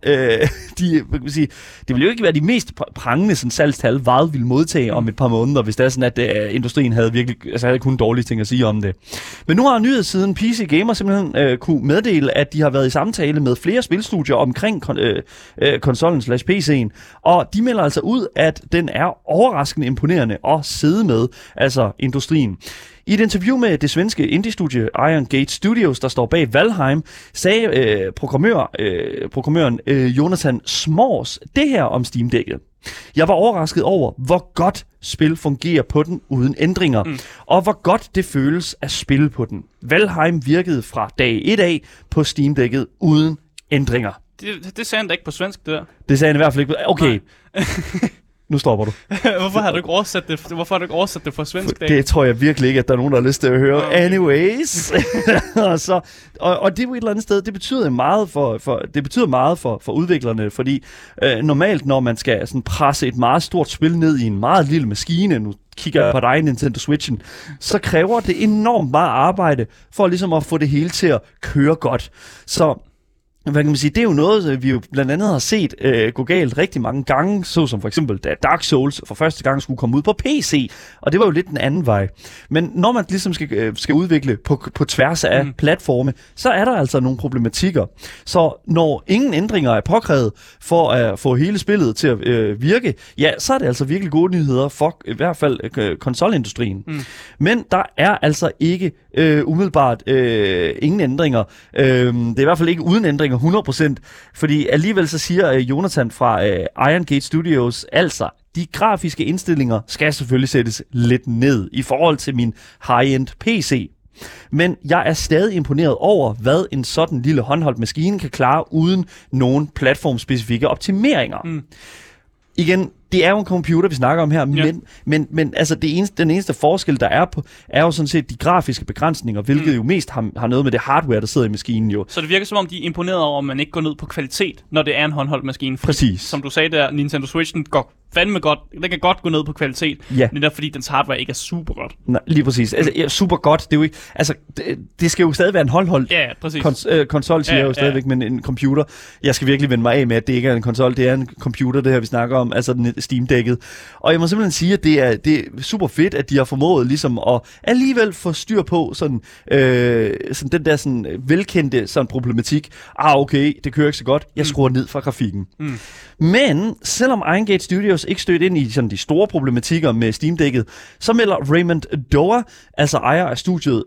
det vil jo ikke være de mest prangende sådan, salgstal, Valve vil modtage om et par måneder, hvis det er sådan, at industrien havde kun dårlige ting at sige om det. Men nu har nyhedssiden PC Gamer simpelthen kunne meddele, at de har været i samtale med flere spilstudier omkring konsollen/PC'en, og de melder altså ud, at den er overraskende imponerende at sidde med, altså industrien. I et interview med det svenske indie-studie Iron Gate Studios, der står bag Valheim, sagde programmøren Jonathan Smors det her om Steam-dækket. Jeg var overrasket over, hvor godt spil fungerer på den uden ændringer, og hvor godt det føles at spille på den. Valheim virkede fra dag 1 af på Steam-dækket uden ændringer. Det sagde han da ikke på svensk, det der. Det sagde han i hvert fald ikke. Okay. Nu stopper du. Hvorfor har du ikke oversat det fra svensk? Det tror jeg virkelig ikke, at der er nogen, der har lyst til at høre. Okay. Anyways. og det er jo et eller andet sted, det betyder meget for udviklerne, fordi normalt, når man skal sådan presse et meget stort spil ned i en meget lille maskine, nu kigger jeg på dig, Nintendo Switchen, så kræver det enormt meget arbejde for ligesom at få det hele til at køre godt. Så hvad kan man sige, det er jo noget, vi jo blandt andet har set gå galt rigtig mange gange, såsom for eksempel da Dark Souls for første gang skulle komme ud på PC, og det var jo lidt den anden vej. Men når man ligesom skal udvikle på tværs af platforme, så er der altså nogle problematikker. Så når ingen ændringer er påkrævet for at få hele spillet til at virke, ja, så er det altså virkelig gode nyheder for i hvert fald konsolindustrien. Men der er altså ikke umiddelbart ingen ændringer. Det er i hvert fald ikke uden ændringer 100%, fordi alligevel så siger Jonathan fra Iron Gate Studios, altså, de grafiske indstillinger skal selvfølgelig sættes lidt ned i forhold til min high-end PC. Men jeg er stadig imponeret over, hvad en sådan lille håndholdt maskine kan klare uden nogen platformspecifikke optimeringer. Igen, det er jo en computer, vi snakker om her, men altså den eneste forskel, der er på, er jo sådan set de grafiske begrænsninger, hvilket jo mest har noget med det hardware, der sidder i maskinen jo. Så det virker som om, de er imponeret over, at man ikke går ned på kvalitet, når det er en håndholdt maskine. Præcis. Som du sagde der, Nintendo Switchen går fandme godt. Den kan godt gå ned på kvalitet, men det er fordi, dens hardware ikke er super godt. Nej, lige præcis. Altså, super godt, det er jo ikke... Altså, det skal jo stadig være en håndholdt konsol, siger jeg jo stadigvæk, men en computer. Jeg skal virkelig vende mig af med, at det ikke er en konsol, det er en computer, det her vi snakker om, altså den Steam-dækket. Og jeg må simpelthen sige, at det er super fedt, at de har formået ligesom at alligevel få styr på sådan den der sådan velkendte sådan problematik. Okay, det kører ikke så godt, jeg skruer ned fra grafikken. Men selvom Iron Gate Studios ikke stødte ind i sådan de store problematikker med Steam-dækket, så melder Raymond Doer, altså ejer af studiet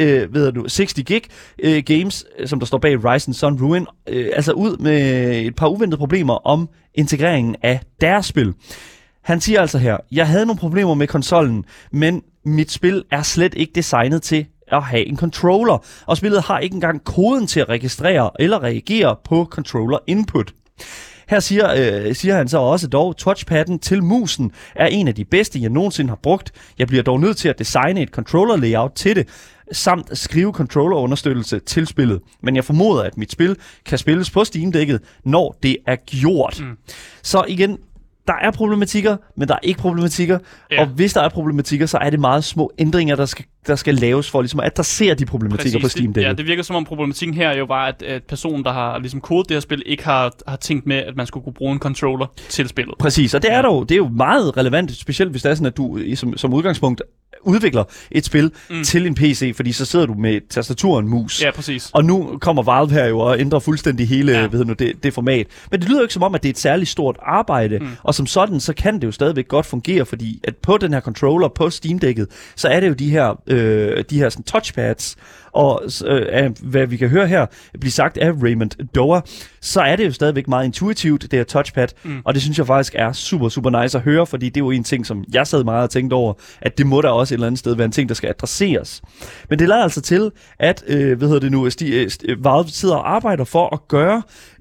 60 Gig Games, som der står bag Rise and Sun Ruin, altså ud med et par uventede problemer om integreringen af deres spil. Han siger altså her, jeg havde nogle problemer med konsollen, men mit spil er slet ikke designet til at have en controller, og spillet har ikke engang koden til at registrere eller reagere på controller input. Her siger han så også dog, touchpadden til musen er en af de bedste, jeg nogensinde har brugt. Jeg bliver dog nødt til at designe et controller layout til det, samt skrive controller-understøttelse til spillet. Men jeg formoder, at mit spil kan spilles på Steam-dækket, når det er gjort. Så igen, der er problematikker, men der er ikke problematikker. Ja. Og hvis der er problematikker, så er det meget små ændringer, der skal laves for ligesom at adressere de problematikker på Steam-dækket. Ja, det virker som om problematikken her jo var, at personen, der har ligesom kodet det her spil, ikke har tænkt med, at man skulle kunne bruge en controller til spillet. Præcis, og det er jo meget relevant, specielt hvis det er sådan, at du som udgangspunkt udvikler et spil til en PC, fordi så sidder du med et tastatur og en mus. Ja, præcis. Og nu kommer Valve her jo og ændrer fuldstændig hele det format. Men det lyder jo ikke som om, at det er et særligt stort arbejde, og som sådan, så kan det jo stadigvæk godt fungere, fordi at på den her controller, på Steam-dækket, så er det jo de her sådan touchpads, og hvad vi kan høre her blive sagt af Raymond Doer, så er det jo stadigvæk meget intuitivt, det her touchpad, og det synes jeg faktisk er super, super nice at høre, fordi det er jo en ting, som jeg sad meget og tænkte over, at det må da også et eller andet sted være en ting, der skal adresseres. Men det lader altså til, at Valve sidder og arbejder for at gøre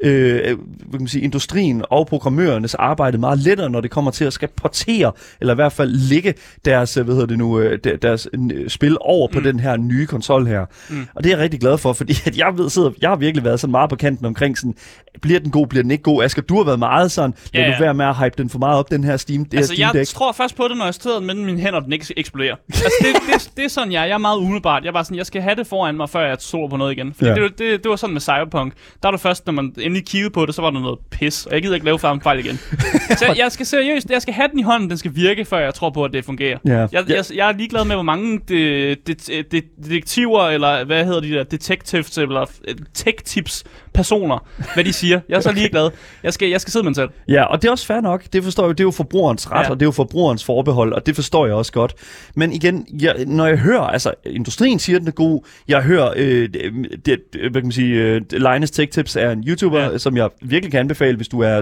industrien og programmørernes arbejde meget lettere, når det kommer til at skal portere, eller i hvert fald lægge deres, deres spil over på den her nye konsol her. Og det er jeg rigtig glad for, fordi at jeg har virkelig været sådan meget på kanten omkring sådan, bliver den god, bliver den ikke god? Asger, du har været meget sådan, lad nu være med at hype den for meget op, den her Steam Deck. Jeg tror først på det, når jeg sidder mellem mine hænder, og den ikke eksploderer. Altså, det er sådan, jeg er meget umiddelbart. Jeg var sådan, jeg skal have det foran mig, før jeg stoler på noget igen. Fordi det var sådan med Cyberpunk. Der var det først, når man endelig kiggede på det, så var der noget pis. Og jeg gider ikke lave fejl igen. Så jeg skal seriøst, jeg skal have den i hånden, den skal virke, før jeg tror på, at det fungerer. Jeg er ligeglad med, hvor mange detektiver, eller hvad hedder de der, detectives, eller tech-tips personer, hvad de siger. Jeg er så ligeglad. Jeg skal sidde med den selv. Ja, og det er også fair nok. Det forstår jeg. Det er jo forbrugerens ret, og det er jo forbrugerens forbehold, og det forstår jeg også godt. Men igen, når jeg hører, altså industrien siger, den er god. Jeg hører, hvad kan man sige, Linus Tech Tips er en YouTuber, som jeg virkelig kan anbefale, hvis du er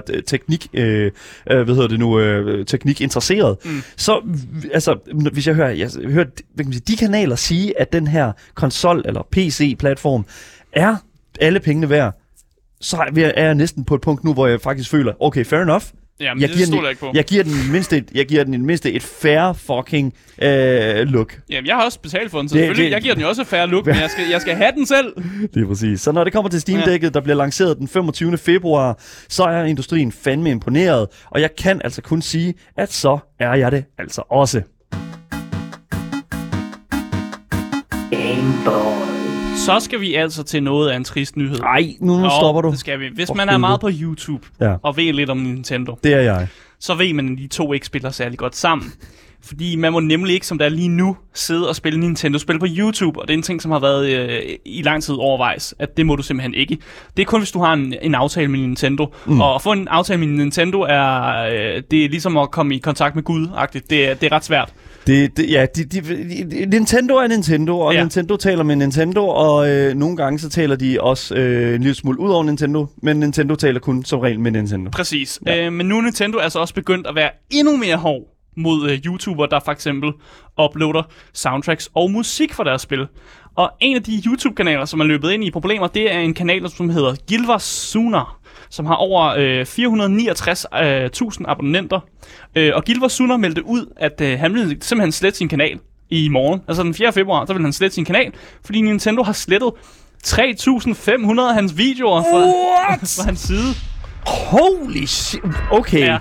teknik interesseret. Så, altså, hvis jeg hører, hvad kan man sige, de kanaler sige, at den her konsol eller PC-platform er alle pengene værd, så er jeg næsten på et punkt nu, hvor jeg faktisk føler, okay, fair enough. Jamen, jeg giver den mindste et fair fucking look. Jamen, jeg har også betalt for den, så selvfølgelig. Jeg giver den jo også et fair look, men jeg skal have den selv. Det er præcis. Så når det kommer til Steam-dækket, der bliver lanceret den 25. februar, så er industrien fandme imponeret, og jeg kan altså kun sige, at så er jeg det altså også. Så skal vi altså til noget af en trist nyhed. Nej, nu stopper du. Det skal vi. Hvis man er meget på YouTube og ved lidt om Nintendo, det er jeg, så ved man, at de to ikke spiller særlig godt sammen. Fordi man må nemlig ikke, som der er lige nu, sidde og spille Nintendo-spil på YouTube, og det er en ting, som har været i lang tid overvejs, at det må du simpelthen ikke. Det er kun, hvis du har en aftale med Nintendo. Og at få en aftale med Nintendo det er ligesom at komme i kontakt med Gud-agtigt. Det er ret svært. Nintendo er Nintendo, og Nintendo taler med Nintendo, og nogle gange så taler de også en lille smule ud over Nintendo, men Nintendo taler kun som regel med Nintendo. Præcis. Men nu er Nintendo altså også begyndt at være endnu mere hård mod YouTubere, der for eksempel uploader soundtracks og musik for deres spil. Og en af de YouTube-kanaler, som er løbet ind i problemer, det er en kanal, som hedder Gilva Suna, som har over 469.000 abonnenter. Og Gilva Suna meldte ud, at han ville simpelthen slette sin kanal i morgen. Altså den 4. februar, så vil han slette sin kanal, fordi Nintendo har slettet 3.500 af hans videoer fra hans side. Holy shit! Okay. Ja.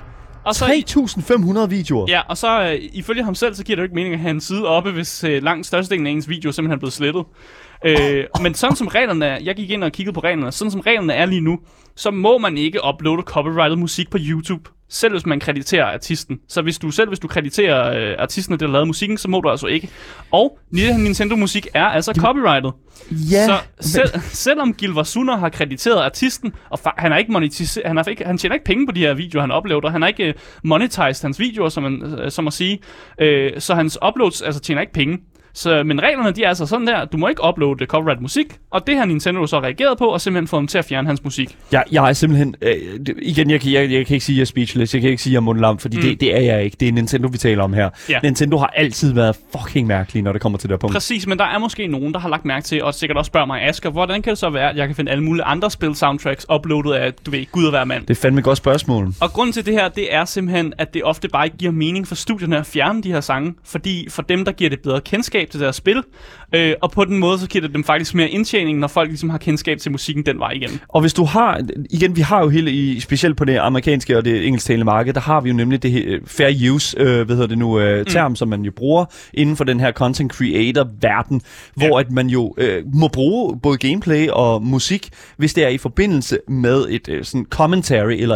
3.500 videoer. Ja, og så ifølge ham selv, så giver det jo ikke mening at have en side oppe, hvis langt størstedelen af ens video simpelthen er blevet slettet. Men sådan som reglerne er, jeg gik ind og kiggede på reglerne, sådan som reglerne er lige nu, så må man ikke uploade copyrighted musik på YouTube, selv hvis man krediterer artisten. Så hvis du krediterer artisten, der lavede musikken, så må du altså ikke. Og Nintendo-musik er altså copyrighted. Ja. Så selvom Gilva Suna har krediteret artisten, og han har ikke han tjener ikke penge på de her videoer, han uploader. Han har ikke monetized hans videoer, som at sige. Så hans uploads altså tjener ikke penge. Men reglerne, de er altså sådan der, du må ikke uploade copyright musik, og det har Nintendo så reageret på, og simpelthen fået dem til at fjerne hans musik. Jeg er simpelthen, igen, jeg kan ikke sige, at jeg er speechless, jeg kan ikke sige, at jeg er mundlam, fordi det er jeg ikke, det er Nintendo, vi taler om her. Ja. Nintendo har altid været fucking mærkelig, når det kommer til det her punkt. Præcis, men der er måske nogen, der har lagt mærke til, og sikkert også spørger mig, Asger, hvordan kan det så være, at jeg kan finde alle mulige andre spil-soundtracks uploadet af, du ved, Gud og hver mand? Det er fandme et godt spørgsmål. Og grunden til det her, det er simpelthen, at det ofte bare ikke giver mening for studierne at fjerne de her sange, fordi for dem, der giver det bedre kendskab til deres spil, og på den måde, så giver det dem faktisk mere indtjening, når folk ligesom har kendskab til musikken den vej igen. Og hvis du har, igen, vi har jo specielt på det amerikanske og det engelsktalende marked, der har vi jo nemlig det fair use, term, som man jo bruger inden for den her content creator-verden, hvor at man jo må bruge både gameplay og musik, hvis det er i forbindelse med et sådan commentary, eller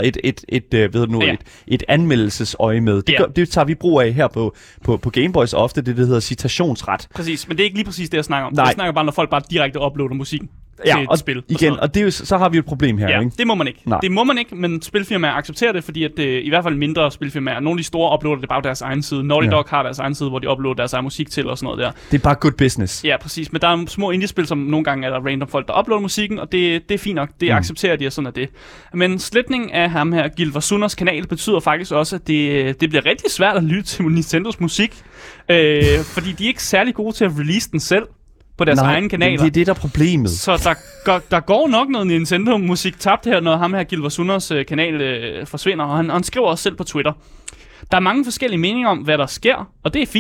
et anmeldelsesøje med. Det tager vi brug af her på Game Boys ofte, det hedder citationsret. Præcis, men det er ikke lige præcis det, jeg snakker om. Jeg snakker bare, når folk bare direkte uploader musikken til et spil. Igen, og det er jo, så har vi jo et problem her, ikke? Det må man ikke. Nej. Det må man ikke, men spilfirmaer accepterer det, fordi at i hvert fald mindre spilfirmaer, nogle af de store uploader det bare deres egen side. Naughty Dog har deres egen side, hvor de uploader deres egen musik til og sådan noget der. Det er bare good business. Ja, præcis. Men der er små indie-spil, som nogle gange er der random folk, der uploader musikken, og det er fint nok. Det accepterer de, og sådan er det. Men sletning af ham her, Gilva Sunas kanal, betyder faktisk også, at det bliver rigtig svært at lytte til Nintendos musik, fordi de er ikke særlig gode til at release den selv på deres egen kanaler. Det er det, der er problemet. Så der går nok noget Nintendo-musik tabt her, når ham her Gilva Sunas kanal forsvinder, og han skriver også selv på Twitter. Der er mange forskellige meninger om, hvad der sker, og det er fint.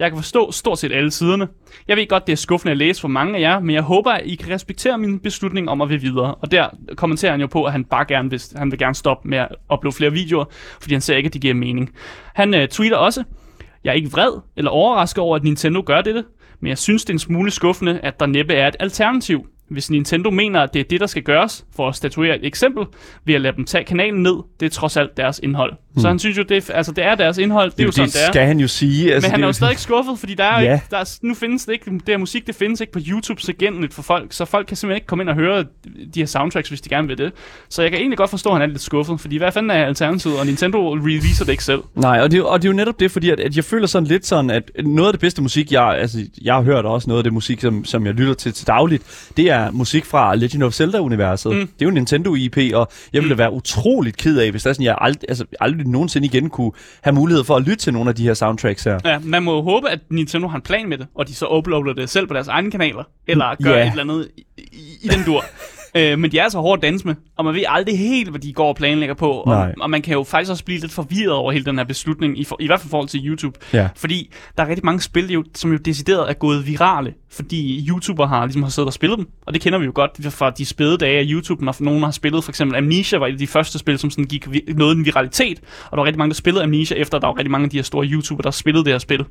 Jeg kan forstå stort set alle siderne. Jeg ved godt, det er skuffende at læse for mange af jer, men jeg håber, at I kan respektere min beslutning om at vil videre. Og der kommenterer han jo på, at han bare han vil gerne stoppe med at uploade flere videoer, fordi han ser ikke, at det giver mening. Han tweeter også: jeg er ikke vred eller overrasket over, at Nintendo gør dette, men jeg synes, det er en smule skuffende, at der næppe er et alternativ. Hvis Nintendo mener, at det er det, der skal gøres, for at statuere et eksempel, ved at lade dem tage kanalen ned, det er trods alt deres indhold. Så han synes jo, det er deres indhold, det er jo sådan, det er. Det skal han jo sige. Altså, men han er jo stadig stadig skuffet, fordi der er jo ikke, nu findes det ikke, det her musik, det findes ikke på YouTube tilgængeligt for folk, så folk kan simpelthen ikke komme ind og høre de her soundtracks, hvis de gerne vil det. Så jeg kan egentlig godt forstå, at han er lidt skuffet, fordi hvad fanden er alternativet, og Nintendo releaser det ikke selv. Nej, og det er jo netop det, fordi at jeg føler sådan lidt sådan, at noget af det bedste musik, jeg har hørt også noget af det musik, som jeg lytter til dagligt, det er musik fra Legend of Zelda-universet. Det er jo Nintendo IP, og jeg ville være utroligt ked af, hvis der sådan, jeg aldrig nogensinde igen kunne have mulighed for at lytte til nogle af de her soundtracks her. Ja, man må jo håbe, at Nintendo har en plan med det, og de så uploader det selv på deres egne kanaler, eller gør et eller andet i den dur. Men de er altså hårdt at danse med, og man ved aldrig helt, hvad de går og planlægger på. Og man kan jo faktisk også blive lidt forvirret over hele den her beslutning, i hvert fald i forhold til YouTube. Ja. Fordi der er rigtig mange spil, som jo decideret er gået virale, fordi YouTuber har siddet og spillet dem. Og det kender vi jo godt fra de spæde dage af YouTube, når nogen har spillet. For eksempel Amnesia var et af de første spil, som sådan nåede en viralitet. Og der var rigtig mange, der spillede Amnesia, efter der var rigtig mange af de her store YouTuber, der spillede det her spil.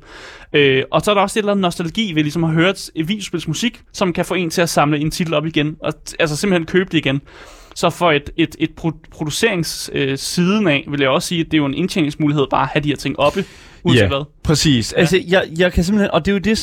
Og så er der også et eller andet nostalgi ved ligesom at høre et videospilsmusik, som kan få en til at samle en titel op igen. Og altså simpelthen købe det igen. Så for et produceringssiden af, vil jeg også sige, at det er jo en indtjeningsmulighed bare at have de her ting oppe. Ja, præcis. Ja. Altså, jeg kan simpelthen, og det er jo det,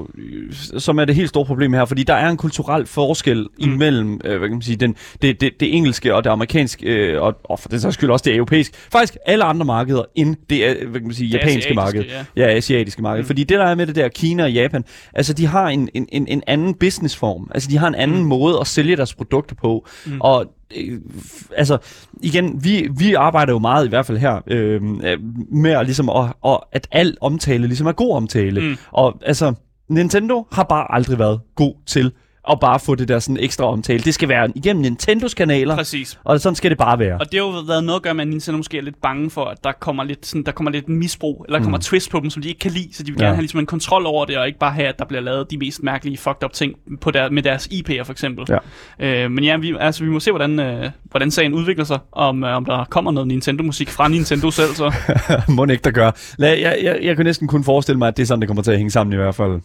som er det helt store problem her, fordi der er en kulturel forskel imellem, hvad kan man sige, det engelske og det amerikanske, og for den sags skyld også det europæiske, faktisk alle andre markeder end det, hvad kan man sige, japanske marked. Ja, asiatiske marked. Fordi det, der er med det der, Kina og Japan, altså de har en anden businessform. Altså de har en anden måde at sælge deres produkter på, og altså igen, vi arbejder jo meget i hvert fald her med at ligesom at al omtale ligesom er god omtale. Og altså Nintendo har bare aldrig været god til at bare få det der sådan ekstra omtale. Det skal være igennem Nintendos kanaler. Præcis. Og sådan skal det bare være. Og det har jo været noget at gøre med, at Nintendo måske er lidt bange for, at der kommer lidt misbrug, eller der kommer twist på dem, som de ikke kan lide, så de vil gerne have ligesom en kontrol over det, og ikke bare have, at der bliver lavet de mest mærkelige fucked up ting med deres IP'er for eksempel. Ja. Men ja, vi må se, hvordan sagen udvikler sig, om der kommer noget Nintendo-musik fra Nintendo selv. Så. Må ikke der gør. Jeg kan næsten kun forestille mig, at det er sådan, det kommer til at hænge sammen i hvert fald.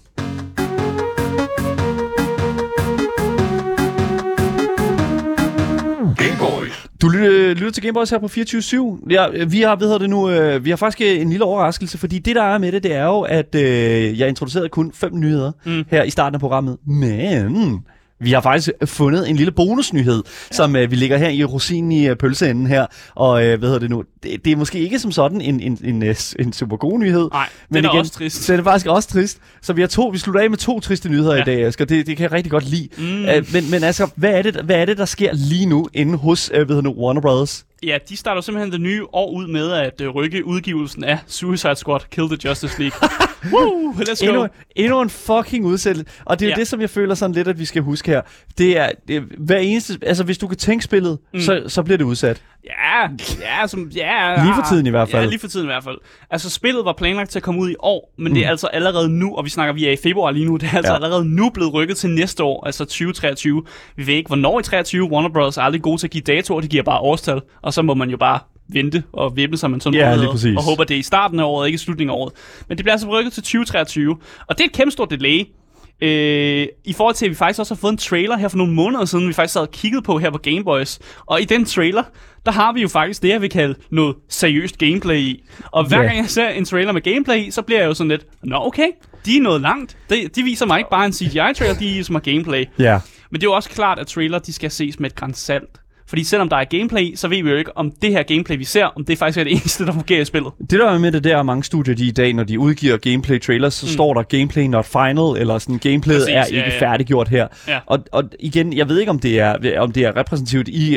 Du lytter til Gameboys her på 24/7. Vi har faktisk en lille overraskelse, fordi det der er med det er jo, at jeg introducerede kun 5 nyheder her i starten af programmet, men vi har faktisk fundet en lille bonusnyhed, som vi lægger her i rosinen i pølseenden her, og det er måske ikke som sådan en super god nyhed. Nej, men det er også trist. Så er det faktisk også trist. Så vi slutter af med 2 triste nyheder i dag, Asger. Det kan jeg rigtig godt lide. Men Asger, hvad er det, der sker lige nu inde hos Warner Brothers? Ja, de starter simpelthen det nye år ud med at rykke udgivelsen af Suicide Squad Kill the Justice League. Woo, let's go. Endnu en fucking udsættelse. Og det er jo det, som jeg føler sådan lidt, at vi skal huske her. Det er hver eneste... Altså, hvis du kan tænke spillet, så bliver det udsat. Lige for tiden i hvert fald. Ja, lige for tiden i hvert fald. Altså, spillet var planlagt til at komme ud i år, men det er altså allerede nu, og vi er i februar lige nu, det er altså allerede nu blevet rykket til næste år, altså 2023. Vi ved ikke, hvornår i 23. Warner Bros. Er aldrig gode til at give datoer, de giver bare årstal, og så må man jo bare vente og vippe sig med sådan noget, og håber, det er i starten af året, ikke i slutningen af året. Men det bliver altså rykket til 2023, og det er et kæmpe stort delay. I forhold til, at vi faktisk også har fået en trailer her for nogle måneder siden, vi faktisk sad og kiggede på her på Gameboys. Og i den trailer, der har vi jo faktisk det, jeg vil kalde noget seriøst gameplay i. Og hver gang jeg ser en trailer med gameplay i, så bliver jeg jo sådan lidt, nå okay, de er nået langt. De viser mig ikke bare en CGI-trailer, de viser mig gameplay. Yeah. Men det er jo også klart, at trailer, de skal ses med et gran salt. Fordi selvom der er gameplay, så ved vi jo ikke, om det her gameplay, vi ser, om det faktisk er det eneste, der fungerer i spillet. Det der er med det, der er mange studier, de i dag, når de udgiver gameplay-trailers, så står der gameplay not final, eller sådan, gameplayet er ikke færdiggjort her. Ja. Og igen, jeg ved ikke, om det er repræsentativt i,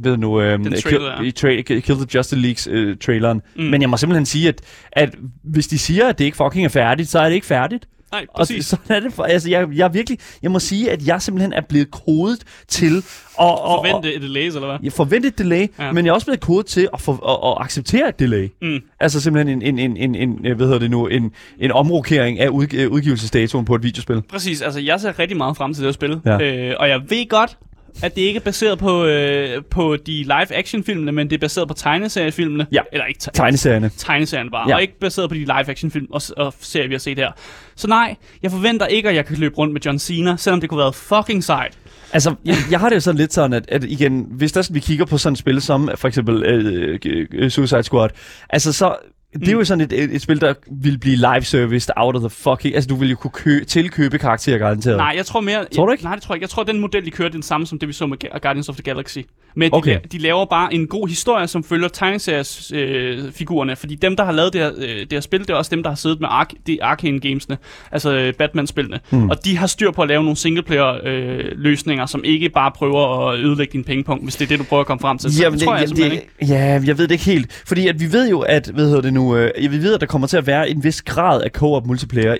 Kill the Justice Leagues traileren, men jeg må simpelthen sige, at hvis de siger, at det ikke fucking er færdigt, så er det ikke færdigt. Nej, præcis. Og sådan er det. Altså, jeg virkelig, jeg må sige, at jeg simpelthen er blevet kodet til forvente et delay, eller hvad? Jeg forventer et delay, men jeg er også blevet kodet til at acceptere et delay. Altså simpelthen en omrokering af udgivelsesdatoen på et videospil. Præcis, altså jeg ser rigtig meget frem til det at spille. Ja. Og jeg ved godt, at det ikke er baseret på de live-action-filmene, men det er baseret på tegneseriefilmene. Ja, eller ikke tegneserierne. Tegneserierne bare, og ikke baseret på de live-action-film og serier, vi har set her. Så nej, jeg forventer ikke, at jeg kan løbe rundt med John Cena, selvom det kunne være fucking sejt. Altså, jeg har det jo sådan lidt sådan, at igen, hvis der vi kigger på sådan et spil som for eksempel Suicide Squad, altså så det er jo sådan et spil, der vil blive live-serviced out of the fucking... Altså, du vil jo kunne tilkøbe karakterer garanteret. Nej, jeg tror mere... Tror du ikke? Nej, det tror jeg ikke. Jeg tror, at den model, de kører, er den samme som det, vi så med Guardians of the Galaxy. Men de laver bare en god historie, som følger tegneseriesfigurerne. Fordi dem, der har lavet det her spil, det er også dem, der har siddet med Arcane Games'ene. Altså Batman-spillene. Og de har styr på at lave nogle singleplayer-løsninger, som ikke bare prøver at ødelægge din pengepunkt, hvis det er det, du prøver at komme frem til. Så jamen, det tror jeg simpelthen ikke. Ja, jeg ved det ikke helt. Fordi at vi ved jo, at... vi ved, at der kommer til at være en vis grad af co-op multiplayer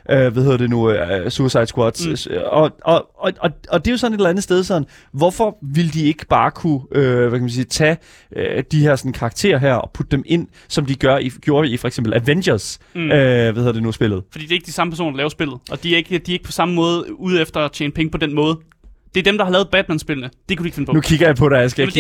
i Suicide Squad. Og det er jo sådan et eller andet sted sådan, hvorfor vil de ikke bare kunne tage de her sådan karakterer her og putte dem ind, som de gjorde i for eksempel Avengers, spillet. Fordi det er ikke de samme personer, der laver spillet, og de er ikke på samme måde ude efter at tjene penge på den måde. Det er dem, der har lavet Batman-spillene. Det kunne de ikke finde på. Nu kigger jeg på dig, Asger.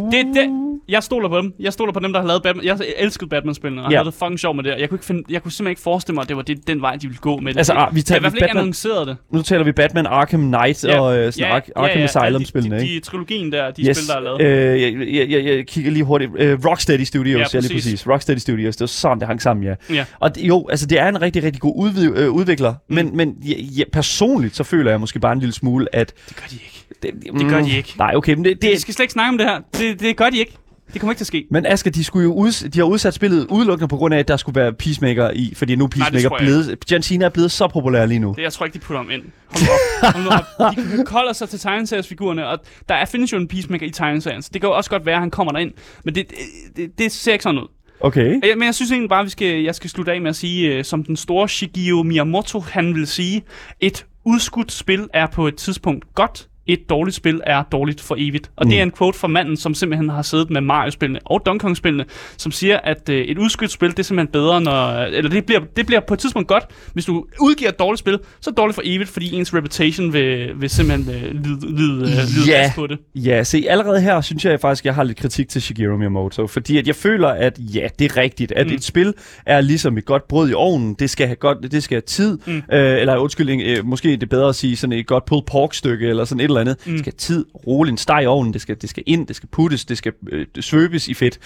Jeg stoler på dem. Jeg stoler på dem, der har lavet Batman. Jeg elskede Batman-spillene, og jeg havde det fucking sjov med det. Jeg kunne simpelthen ikke forestille mig, at det var den vej, de ville gå med det. Altså, vi taler i hvert fald ikke annonceret det. Nu taler vi Batman Arkham Knight og Arkham Asylum-spillene, ikke? De trilogien der, spil, der er lavet. Jeg kigger lige hurtigt. Rocksteady Studios, lige præcis. Rocksteady Studios, det var sådan, det hang sammen, ja. Og jo, altså, det er en rigtig, rigtig god udvikler, men personligt, så føler jeg måske bare en lille smule, at... Det gør de ikke. Det gør de ikke. Nej, okay, men de skal slet ikke snakke om det her. Det gør de ikke. Det kommer ikke til at ske. Men Asger, de har udsat spillet udelukkende på grund af, at der skulle være Peacemaker i, fordi nu Peacemaker John Cena er blevet så populær lige nu. Jeg tror ikke, de putter ham ind. Hold nu op. De holder sig til tegneseriesfigurerne, og findes jo en Peacemaker i tegneserien, så det kan jo også godt være, at han kommer derind. Men det ser ikke sådan ud. Okay. Men jeg synes egentlig bare, jeg skal slutte af med at sige, som den store Shigeru Miyamoto, han vil sige, et udskudt spil er på et tidspunkt godt, et dårligt spil er dårligt for evigt. Og det er en quote fra manden, som simpelthen har siddet med Mario-spillene og Donkey Kong-spillene, som siger, at et udskudt spil, det er simpelthen bedre, det bliver på et tidspunkt godt. Hvis du udgiver et dårligt spil, så er det dårligt for evigt, fordi ens reputation vil simpelthen lide på det. Ja, se, allerede her synes jeg faktisk, jeg har lidt kritik til Shigeru Miyamoto, fordi at jeg føler, at ja, det er rigtigt, at et spil er ligesom et godt brød i ovnen, det skal have tid, eller undskyld, måske det er bedre at sige sådan et godt pulled pork-stykke, eller sådan et eller andet. Det skal have tid, roligt en steg i ovnen, det skal ind, det skal puttes, det skal svøbes i fedt.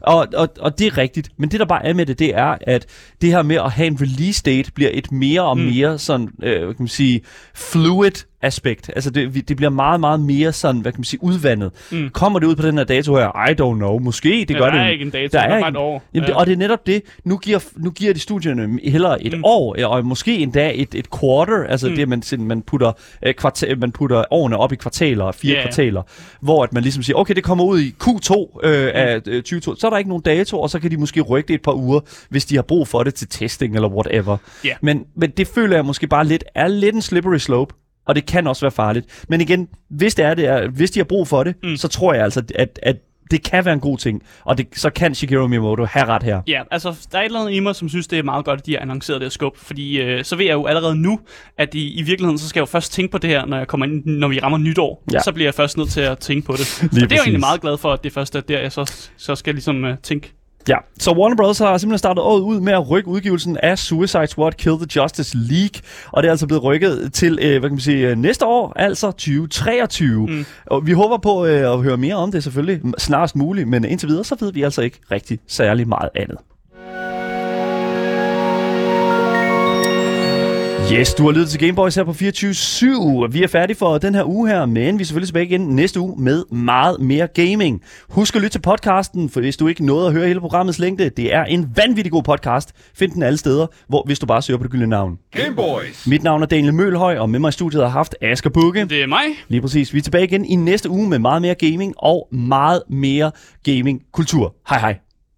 Og det er rigtigt, men det der bare er med det er, at det her med at have en release date bliver et mere og mere sådan, kan man sige, fluid aspekt. Altså det bliver meget, meget mere sådan, hvad kan man sige, udvandet. Kommer det ud på den her dato her? I don't know. Måske det gør det. Der er ikke en dato, der er bare et år. Jamen, og det er netop det. Nu giver de studierne hellere et år, og måske endda et quarter, altså det, man putter årene op i kvartaler, 4 kvartaler, hvor at man ligesom siger, okay, det kommer ud i Q2 af 2022, så er der ikke nogen dato, og så kan de måske rykke det et par uger, hvis de har brug for det til testing eller whatever. Men det føler jeg måske bare er lidt en slippery slope. Og det kan også være farligt. Men igen, hvis de har brug for det, så tror jeg altså, at det kan være en god ting. Og så kan Shigeru Miyamoto have ret her. Ja, altså, der er et eller andet i mig, som synes, det er meget godt, at de har annonceret det her skub. Fordi så ved jeg jo allerede nu, at i virkeligheden, så skal jeg jo først tænke på det her, når vi rammer nytår. Så bliver jeg først nødt til at tænke på det. Og det er jo egentlig meget glad for, at det først er der, jeg så skal ligesom tænke. Ja, så Warner Bros. Har simpelthen startet året ud med at rykke udgivelsen af Suicide Squad Kill the Justice League, og det er altså blevet rykket til, hvad kan man sige, næste år, altså 2023. Og vi håber på at høre mere om det selvfølgelig snarest muligt, men indtil videre, så ved vi altså ikke rigtig særlig meget andet. Yes, du har lyttet til Gameboys her på 24/7. Vi er færdige for den her uge her, men vi er selvfølgelig tilbage igen næste uge med meget mere gaming. Husk at lytte til podcasten, for hvis du ikke nåede at høre hele programmets længde, det er en vanvittig god podcast. Find den alle steder, hvis du bare søger på det gyldne navn. Gameboys! Mit navn er Daniel Mølhøj, og med mig i studiet har haft Asger Bugge. Det er mig. Lige præcis. Vi er tilbage igen i næste uge med meget mere gaming og meget mere gaming-kultur. Hej hej.